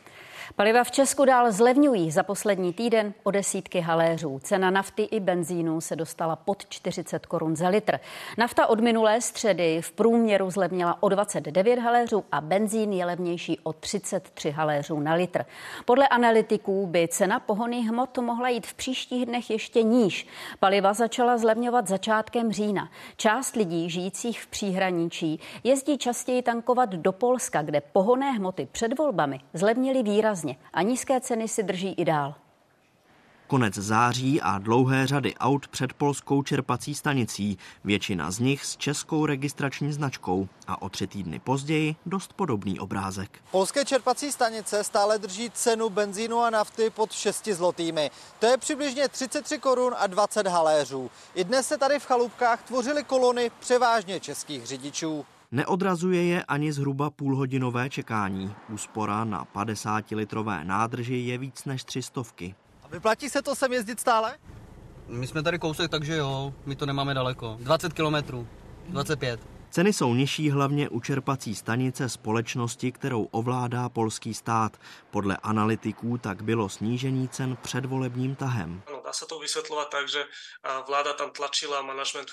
Paliva v Česku dál zlevňují. Za poslední týden o desítky haléřů. Cena nafty i benzínu se dostala pod 40 korun za litr. Nafta od minulé středy v průměru zlevnila o 29 haléřů a benzín je levnější o 33 haléřů na litr. Podle analytiků by cena pohonných hmot mohla jít v příštích dnech ještě níž. Paliva začala zlevňovat začátkem října. Část lidí žijících v příhraničí jezdí častěji tankovat do Polska, kde pohonné hmoty před volbami zlevnily výrazně a nízké ceny si drží i dál. Konec září a dlouhé řady aut před polskou čerpací stanicí, většina z nich s českou registrační značkou a o 3 týdny později dost podobný obrázek. Polské čerpací stanice stále drží cenu benzínu a nafty pod 6 zlotými. To je přibližně 33 korun a 20 haléřů. I dnes se tady v chalupkách tvořily kolony převážně českých řidičů. Neodrazuje je ani zhruba půlhodinové čekání. Úspora na 50-litrové nádrži je víc než 300. A vyplatí se to sem jezdit stále? My jsme tady kousek, takže jo, my to nemáme daleko. 20 kilometrů, 25. Ceny jsou nižší hlavně u čerpací stanice společnosti, kterou ovládá polský stát. Podle analytiků tak bylo snížení cen předvolebním tahem. Dá se to vysvětlovat tak, že vláda tam tlačila management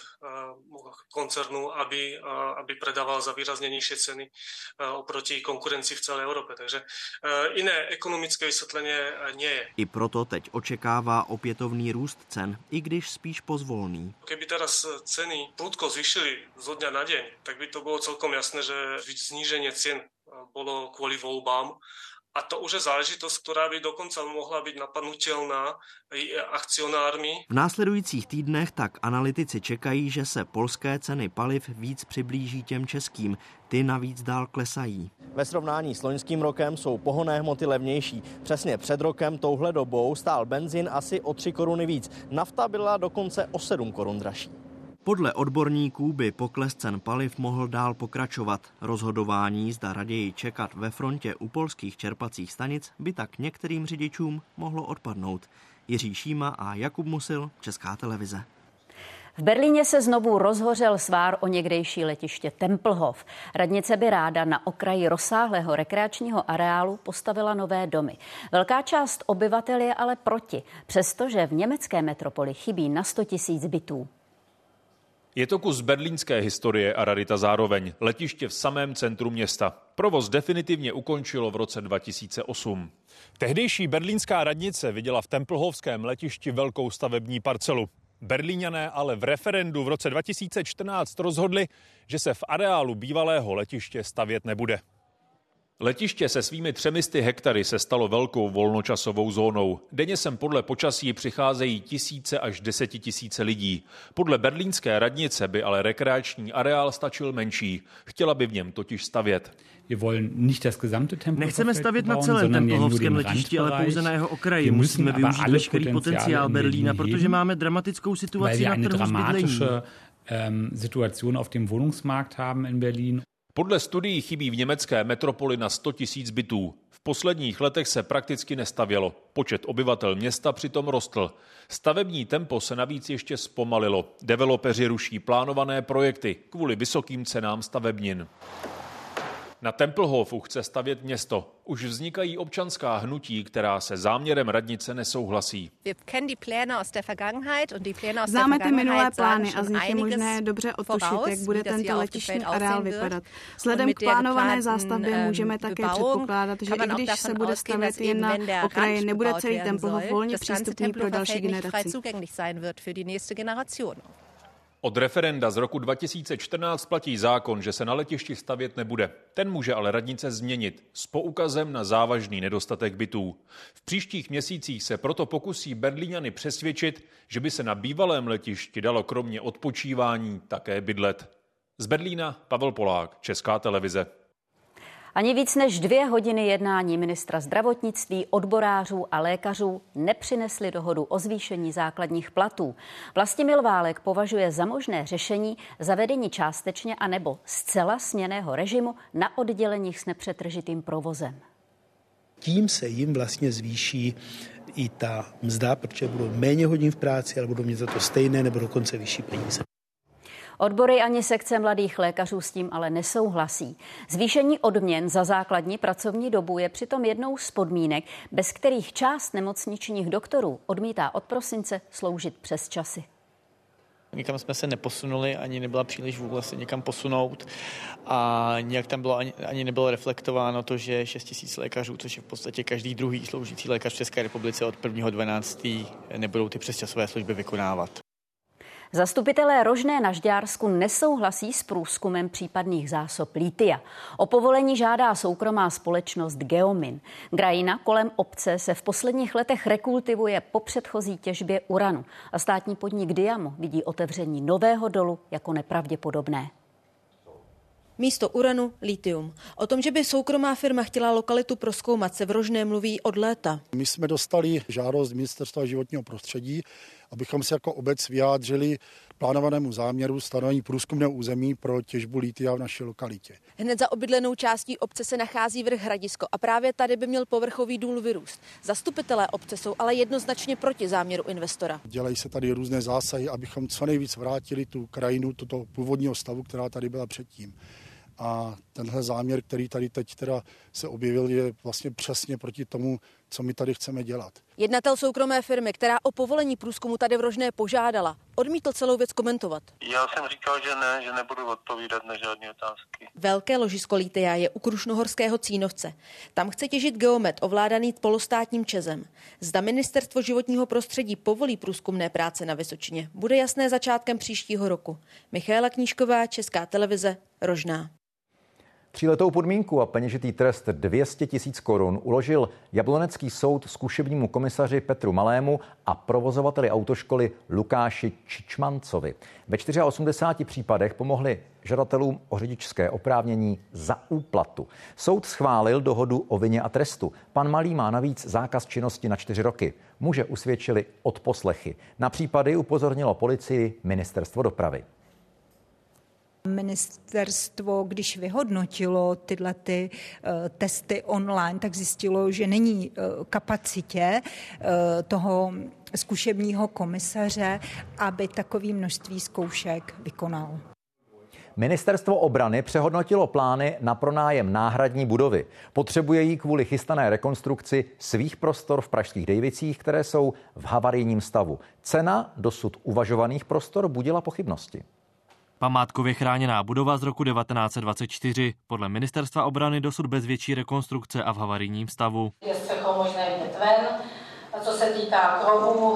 koncernu, aby predával za výrazně nižší ceny oproti konkurenci v celé Evropě. Takže jiné ekonomické vysvětlení nie je. I proto teď očekává opětovný růst cen, i když spíš pozvolný. Keby teraz ceny prudko zvýšili zo dňa na deň, tak by to bylo celkom jasné, že zníženie cien bolo kvôli voľbám. A to už je záležitosť, ktorá by dokonca mohla byť napadnutelná i akcionármi. V následujících týdnech tak analytici čekají, že se polské ceny paliv víc přiblíží těm českým. Ty navíc dál klesají. Ve srovnání s loňským rokem jsou pohonné hmoty levnější. Přesně před rokem touhle dobou stál benzín asi o 3 koruny víc. Nafta byla dokonce o 7 korun dražší. Podle odborníků by pokles cen paliv mohl dál pokračovat. Rozhodování, zda raději čekat ve frontě u polských čerpacích stanic, by tak některým řidičům mohlo odpadnout. Jiří Šíma a Jakub Musil, Česká televize. V Berlíně se znovu rozhořel svár o někdejší letiště Tempelhof. Radnice by ráda na okraji rozsáhlého rekreačního areálu postavila nové domy. Velká část obyvatel je ale proti, přestože v německé metropoli chybí na 100 000 bytů. Je to kus berlínské historie a rarita zároveň. Letiště v samém centru města. Provoz definitivně ukončilo v roce 2008. Tehdejší berlínská radnice viděla v Tempelhofském letišti velkou stavební parcelu. Berlíňané ale v referendu v roce 2014 rozhodli, že se v areálu bývalého letiště stavět nebude. Letiště se svými 300 hektary se stalo velkou volnočasovou zónou. Denně sem podle počasí přicházejí tisíce až 10 000 lidí. Podle berlínské radnice by ale rekreační areál stačil menší. Chtěla by v něm totiž stavět. Nechceme stavět na celém Tempelhofském letišti, ale pouze na jeho okraji. Musíme využít veškerý potenciál Berlína, protože máme dramatickou situaci na trhu s bydlením. Podle studií chybí v německé metropoli na 100 000 bytů. V posledních letech se prakticky nestavělo. Počet obyvatel města přitom rostl. Stavební tempo se navíc ještě zpomalilo. Developeři ruší plánované projekty kvůli vysokým cenám stavebnin. Na Tempelhofu chce stavět město. Už vznikají občanská hnutí, která se záměrem radnice nesouhlasí. Známe ty minulé plány a z nich je možné dobře odtušit, jak bude tento letištní areál vypadat. Vzhledem k plánované zástavbě můžeme také předpokládat, že i když se bude stavět jen na okraji, nebude celý Tempelhof volně přístupný pro další generaci. Od referenda z roku 2014 platí zákon, že se na letišti stavět nebude. Ten může ale radnice změnit s poukazem na závažný nedostatek bytů. V příštích měsících se proto pokusí Berlíňany přesvědčit, že by se na bývalém letišti dalo kromě odpočívání také bydlet. Z Berlína Pavel Polák, Česká televize. Ani víc než 2 hodiny jednání ministra zdravotnictví, odborářů a lékařů nepřinesly dohodu o zvýšení základních platů. Vlastimil Válek považuje za možné řešení zavedení částečně anebo zcela směnného režimu na odděleních s nepřetržitým provozem. Tím se jim vlastně zvýší i ta mzda, protože budou méně hodin v práci, ale budou mít za to stejné nebo dokonce vyšší peníze. Odbory ani sekce mladých lékařů s tím ale nesouhlasí. Zvýšení odměn za základní pracovní dobu je přitom jednou z podmínek, bez kterých část nemocničních doktorů odmítá od prosince sloužit přes časy. Nikam jsme se neposunuli, ani nebyla příliš vůle se někam posunout a nějak tam bylo ani nebylo reflektováno to, že 6 000 lékařů, což je v podstatě každý druhý sloužící lékař v České republice od 1.12. nebudou ty přesčasové služby vykonávat. Zastupitelé Rožné na Žďársku nesouhlasí s průzkumem případných zásob litia. O povolení žádá soukromá společnost Geomin. Krajina kolem obce se v posledních letech rekultivuje po předchozí těžbě uranu a státní podnik Diamo vidí otevření nového dolu jako nepravděpodobné. Místo uranu litium. O tom, že by soukromá firma chtěla lokalitu prozkoumat, se v Rožné mluví od léta. My jsme dostali žádost Ministerstva životního prostředí, abychom se jako obec vyjádřili plánovanému záměru stanovení průzkumného území pro těžbu litia v naší lokalitě. Hned za obydlenou částí obce se nachází vrch Hradisko a právě tady by měl povrchový důl vyrůst. Zastupitelé obce jsou ale jednoznačně proti záměru investora. Dělají se tady různé zásahy, abychom co nejvíc vrátili tu krajinu toto původního stavu, která tady byla předtím. A tenhle záměr, který tady teď teda se objevil, je vlastně přesně proti tomu, co my tady chceme dělat. Jednatel soukromé firmy, která o povolení průzkumu tady v Rožné požádala, odmítl celou věc komentovat. Já jsem říkal, že nebudu odpovídat na žádné otázky. Velké ložisko litia je u Krušnohorského Cínovce. Tam chce těžit Geomet, ovládaný polostátním ČEZem. Zda Ministerstvo životního prostředí povolí průzkumné práce na Vysočině, bude jasné začátkem příštího roku. Michaela Knížková, Česká televize, Rožná. 3letou podmínku a peněžitý trest 200 000 korun uložil jablonecký soud zkušebnímu komisaři Petru Malému a provozovateli autoškoly Lukáši Čičmancovi. Ve 84 případech pomohli žadatelům o řidičské oprávnění za úplatu. Soud schválil dohodu o vině a trestu. Pan Malý má navíc zákaz činnosti na 4 roky. Muže usvědčili odposlechy. Na případy upozornilo policii Ministerstvo dopravy. Ministerstvo, když vyhodnotilo tyhle testy online, tak zjistilo, že není kapacitě toho zkušebního komisaře, aby takové množství zkoušek vykonal. Ministerstvo obrany přehodnotilo plány na pronájem náhradní budovy. Potřebuje ji kvůli chystané rekonstrukci svých prostor v pražských Dejvicích, které jsou v havarijním stavu. Cena dosud uvažovaných prostor budila pochybnosti. Památkově chráněná budova z roku 1924, podle Ministerstva obrany dosud bez větší rekonstrukce a v havarijním stavu. Je střechou možné vidět ven. A co se týká krovu,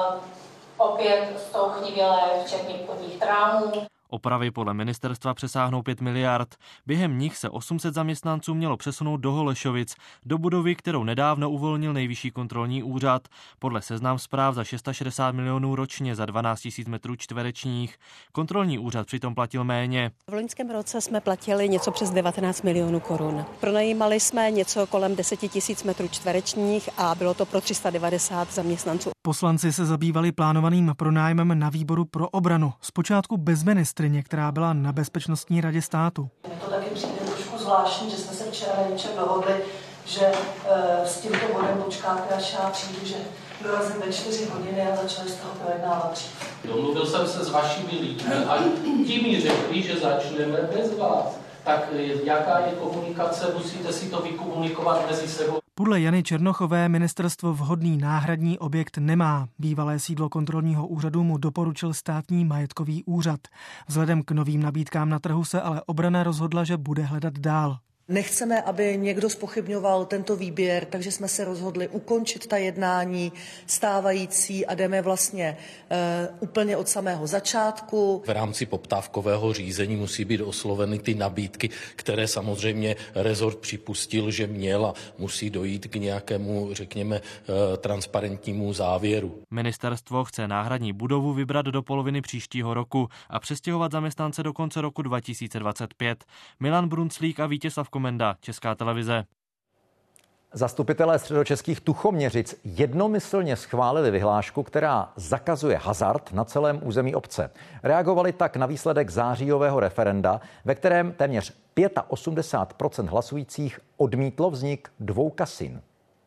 opět strouchnivělé, včetně podních trámů. Opravy podle ministerstva přesáhnou 5 miliard. Během nich se 800 zaměstnanců mělo přesunout do Holešovic, do budovy, kterou nedávno uvolnil Nejvyšší kontrolní úřad. Podle Seznam Zpráv za 660 milionů ročně za 12 000 metrů čtverečních. Kontrolní úřad přitom platil méně. V loňském roce jsme platili něco přes 19 milionů korun. Pronajímali jsme něco kolem 10 000 metrů čtverečních a bylo to pro 390 zaměstnanců. Poslanci se zabývali plánovaným pronájmem na výboru pro obranu. Zpočátku bez ministryně, která byla na Bezpečnostní radě státu. Mně to taky přijde trošku zvláštní, že jsme se včera na něčem dohodli, že s tímto bodem počkáte, až já přijdu, že dorazím ve 4 hodiny a začali z toho projednávat dřív. Domluvil jsem se s vašimi lidmi a ti mi řekli, že začneme bez vás. Tak jaká je komunikace, musíte si to vykomunikovat mezi sebou. Podle Jany Černochové ministerstvo vhodný náhradní objekt nemá. Bývalé sídlo kontrolního úřadu mu doporučil státní majetkový úřad. Vzhledem k novým nabídkám na trhu se ale obrana rozhodla, že bude hledat dál. Nechceme, aby někdo zpochybňoval tento výběr, takže jsme se rozhodli ukončit ta jednání stávající a jdeme vlastně úplně od samého začátku. V rámci poptávkového řízení musí být osloveny ty nabídky, které samozřejmě rezort připustil, že měl a musí dojít k nějakému, řekněme, transparentnímu závěru. Ministerstvo chce náhradní budovu vybrat do poloviny příštího roku a přestěhovat zaměstnance do konce roku 2025. Milan Brunclík a Vítězslav Komenda, Česká televize. Zastupitelé středočeských Tuchoměřic jednomyslně schválili vyhlášku, která zakazuje hazard na celém území obce. Reagovali tak na výsledek zářijového referenda, ve kterém téměř 85% hlasujících odmítlo vznik 2 kasin.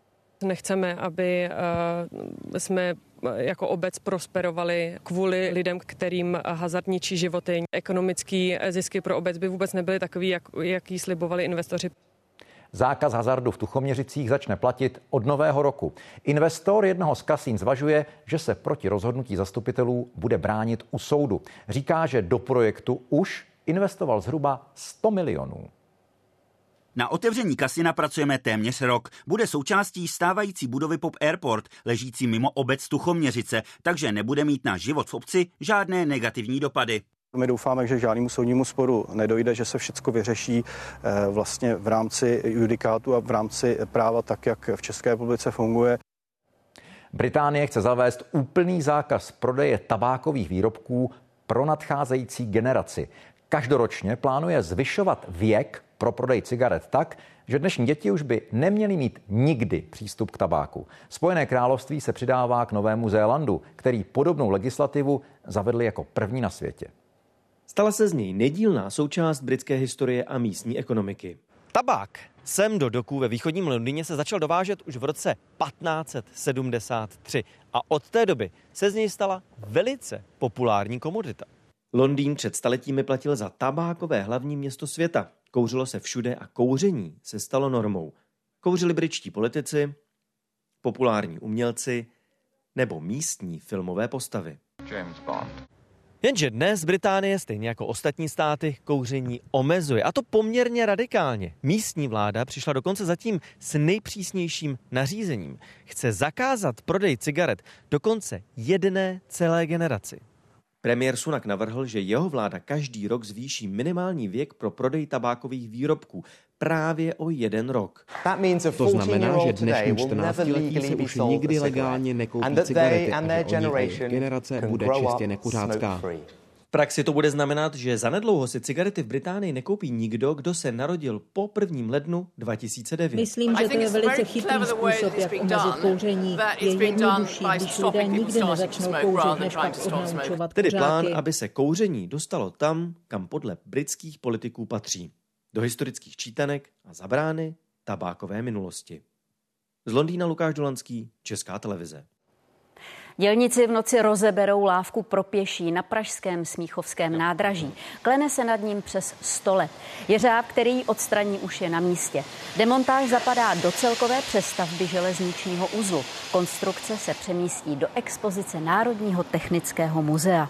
Nechceme, aby jsme jako obec prosperovali kvůli lidem, kterým hazard ničí životy. Ekonomický zisky pro obec by vůbec nebyly takový, jaký slibovali investoři. Zákaz hazardu v Tuchoměřicích začne platit od nového roku. Investor jednoho z kasín zvažuje, že se proti rozhodnutí zastupitelů bude bránit u soudu. Říká, že do projektu už investoval zhruba 100 milionů. Na otevření kasina pracujeme téměř rok. Bude součástí stávající budovy Pop Airport, ležící mimo obec Tuchoměřice, takže nebude mít na život v obci žádné negativní dopady. My doufáme, že žádnému soudnímu sporu nedojde, že se všechno vyřeší vlastně v rámci judikátu a v rámci práva tak, jak v České republice funguje. Británie chce zavést úplný zákaz prodeje tabákových výrobků pro nadcházející generaci. Každoročně plánuje zvyšovat věk pro prodej cigaret tak, že dnešní děti už by neměly mít nikdy přístup k tabáku. Spojené království se přidává k Novému Zélandu, který podobnou legislativu zavedl jako první na světě. Stala se z něj nedílná součást britské historie a místní ekonomiky. Tabák sem do doků ve východním Londýně se začal dovážet už v roce 1573 a od té doby se z něj stala velice populární komodita. Londýn před staletími platil za tabákové hlavní město světa. Kouřilo se všude a kouření se stalo normou. Kouřili britští politici, populární umělci nebo místní filmové postavy. James Bond. Jenže dnes Británie, stejně jako ostatní státy, kouření omezuje. A to poměrně radikálně. Místní vláda přišla dokonce zatím s nejpřísnějším nařízením. Chce zakázat prodej cigaret dokonce jedné celé generaci. Premiér Sunak navrhl, že jeho vláda každý rok zvýší minimální věk pro prodej tabákových výrobků právě o 1 rok. To znamená, že dnešní 14letí si už nikdy legálně nekoupí cigarety a že oni a jejich generace bude čistě nekuřácká. V praxi to bude znamenat, že zanedlouho si cigarety v Británii nekoupí nikdo, kdo se narodil po 1. lednu 2009. Myslím, že to je velice chytrý způsob, jak omezit kouření. Je jednodušší, když lidé nikdy nezačnou kouřit, než pak odnaučovat Tedy plán, aby se kouření dostalo tam, kam podle britských politiků patří. Do historických čítanek a za brány tabákové minulosti. Z Londýna Lukáš Dolanský, Česká televize. Dělníci v noci rozeberou lávku pro pěší na pražském Smíchovském nádraží. Klene se nad ním přes 100 let. Jeřáb, který odstraní, už je na místě. Demontáž zapadá do celkové přestavby železničního uzlu. Konstrukce se přemístí do expozice Národního technického muzea.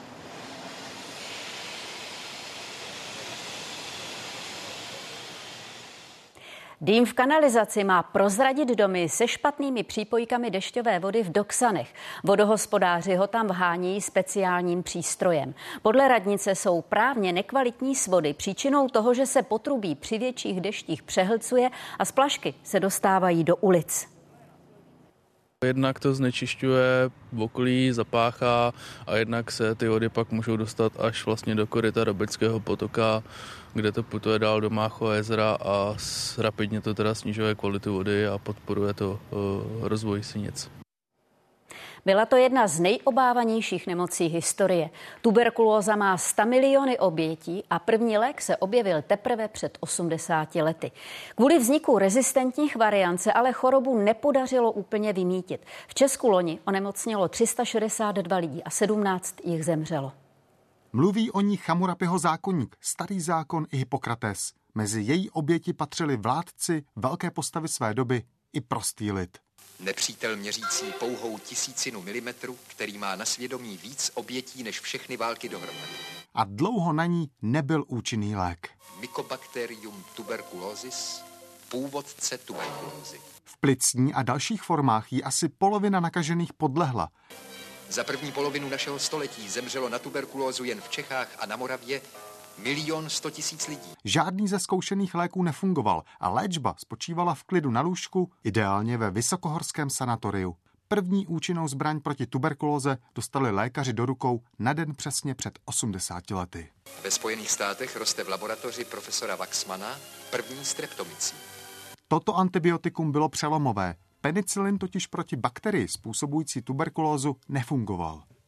Dým v kanalizaci má prozradit domy se špatnými přípojkami dešťové vody v Doksanech. Vodohospodáři ho tam vhánějí speciálním přístrojem. Podle radnice jsou právně nekvalitní svody příčinou toho, že se potrubí při větších deštích přehlcuje a splašky se dostávají do ulic. Jednak to znečišťuje okolí, zapáchá a jednak se ty vody pak můžou dostat až vlastně do koryta do Bečského potoka, kde to putuje dál do Máchova jezera a rapidně to teda snižuje kvalitu vody a podporuje to rozvoj sinic. Byla to jedna z nejobávanějších nemocí historie. Tuberkulóza má 100 miliony obětí a první lék se objevil teprve před 80 lety. Kvůli vzniku rezistentních variant se ale chorobu nepodařilo úplně vymýtit. V Česku loni onemocnělo 362 lidí a 17 jich zemřelo. Mluví o ní Hammurapiho zákoník, Starý zákon i Hippokrates. Mezi její oběti patřili vládci, velké postavy své doby i prostý lid. Nepřítel měřící pouhou 1000 milimetru, který má na svědomí víc obětí než všechny války dohromady. A dlouho na ní nebyl účinný lék. Mycobacterium tuberculosis, původce tuberkulózy. V plicní a dalších formách jí asi polovina nakažených podlehla. Za první polovinu našeho století zemřelo na tuberkulózu jen v Čechách a na Moravě 1 100 000 lidí. Žádný ze zkoušených léků nefungoval a léčba spočívala v klidu na lůžku, ideálně ve vysokohorském sanatoriu. První účinnou zbraň proti tuberkulóze dostali lékaři do rukou na den přesně před 80 lety. Ve Spojených státech roste v laboratoři profesora Waxmana první streptomycin. Toto antibiotikum bylo přelomové. Penicilin totiž proti bakterii způsobující tuberkulózu nefungoval.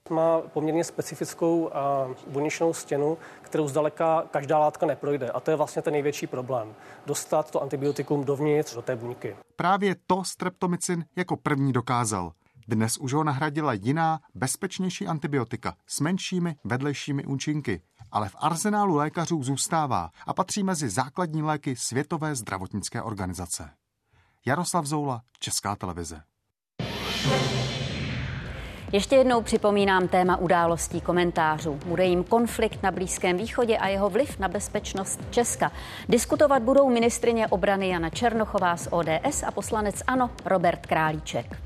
Má poměrně specifickou buněčnou stěnu, kterou zdaleka každá látka neprojde. A to je vlastně ten největší problém. Dostat to antibiotikum dovnitř do té buňky. Právě to streptomycin jako první dokázal. Dnes už ho nahradila jiná, bezpečnější antibiotika s menšími vedlejšími účinky. Ale v arzenálu lékařů zůstává a patří mezi základní léky Světové zdravotnické organizace. Jaroslav Zoula, Česká televize. Ještě jednou připomínám téma událostí komentářů. Bude jim konflikt na Blízkém východě a jeho vliv na bezpečnost Česka. Diskutovat budou ministryně obrany Jana Černochová z ODS a poslanec ANO Robert Králíček.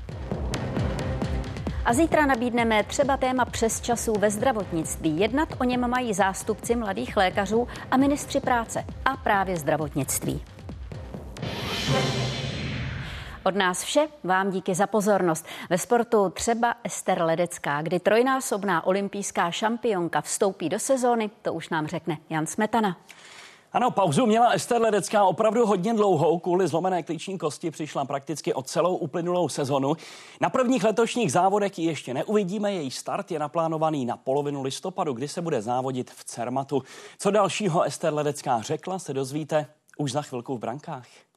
A zítra nabídneme třeba téma přesčasů ve zdravotnictví. Jednat o něm mají zástupci mladých lékařů a ministři práce a právě zdravotnictví. Od nás vše, vám díky za pozornost. Ve sportu třeba Ester Ledecká, kdy trojnásobná olympijská šampionka vstoupí do sezóny, to už nám řekne Jan Smetana. Ano, pauzu měla Ester Ledecká opravdu hodně dlouhou, kvůli zlomené klíční kosti přišla prakticky o celou uplynulou sezonu. Na prvních letošních závodech ji ještě neuvidíme, její start je naplánovaný na polovinu listopadu, kdy se bude závodit v Cermatu. Co dalšího Ester Ledecká řekla, se dozvíte už za chvilku v Brankách.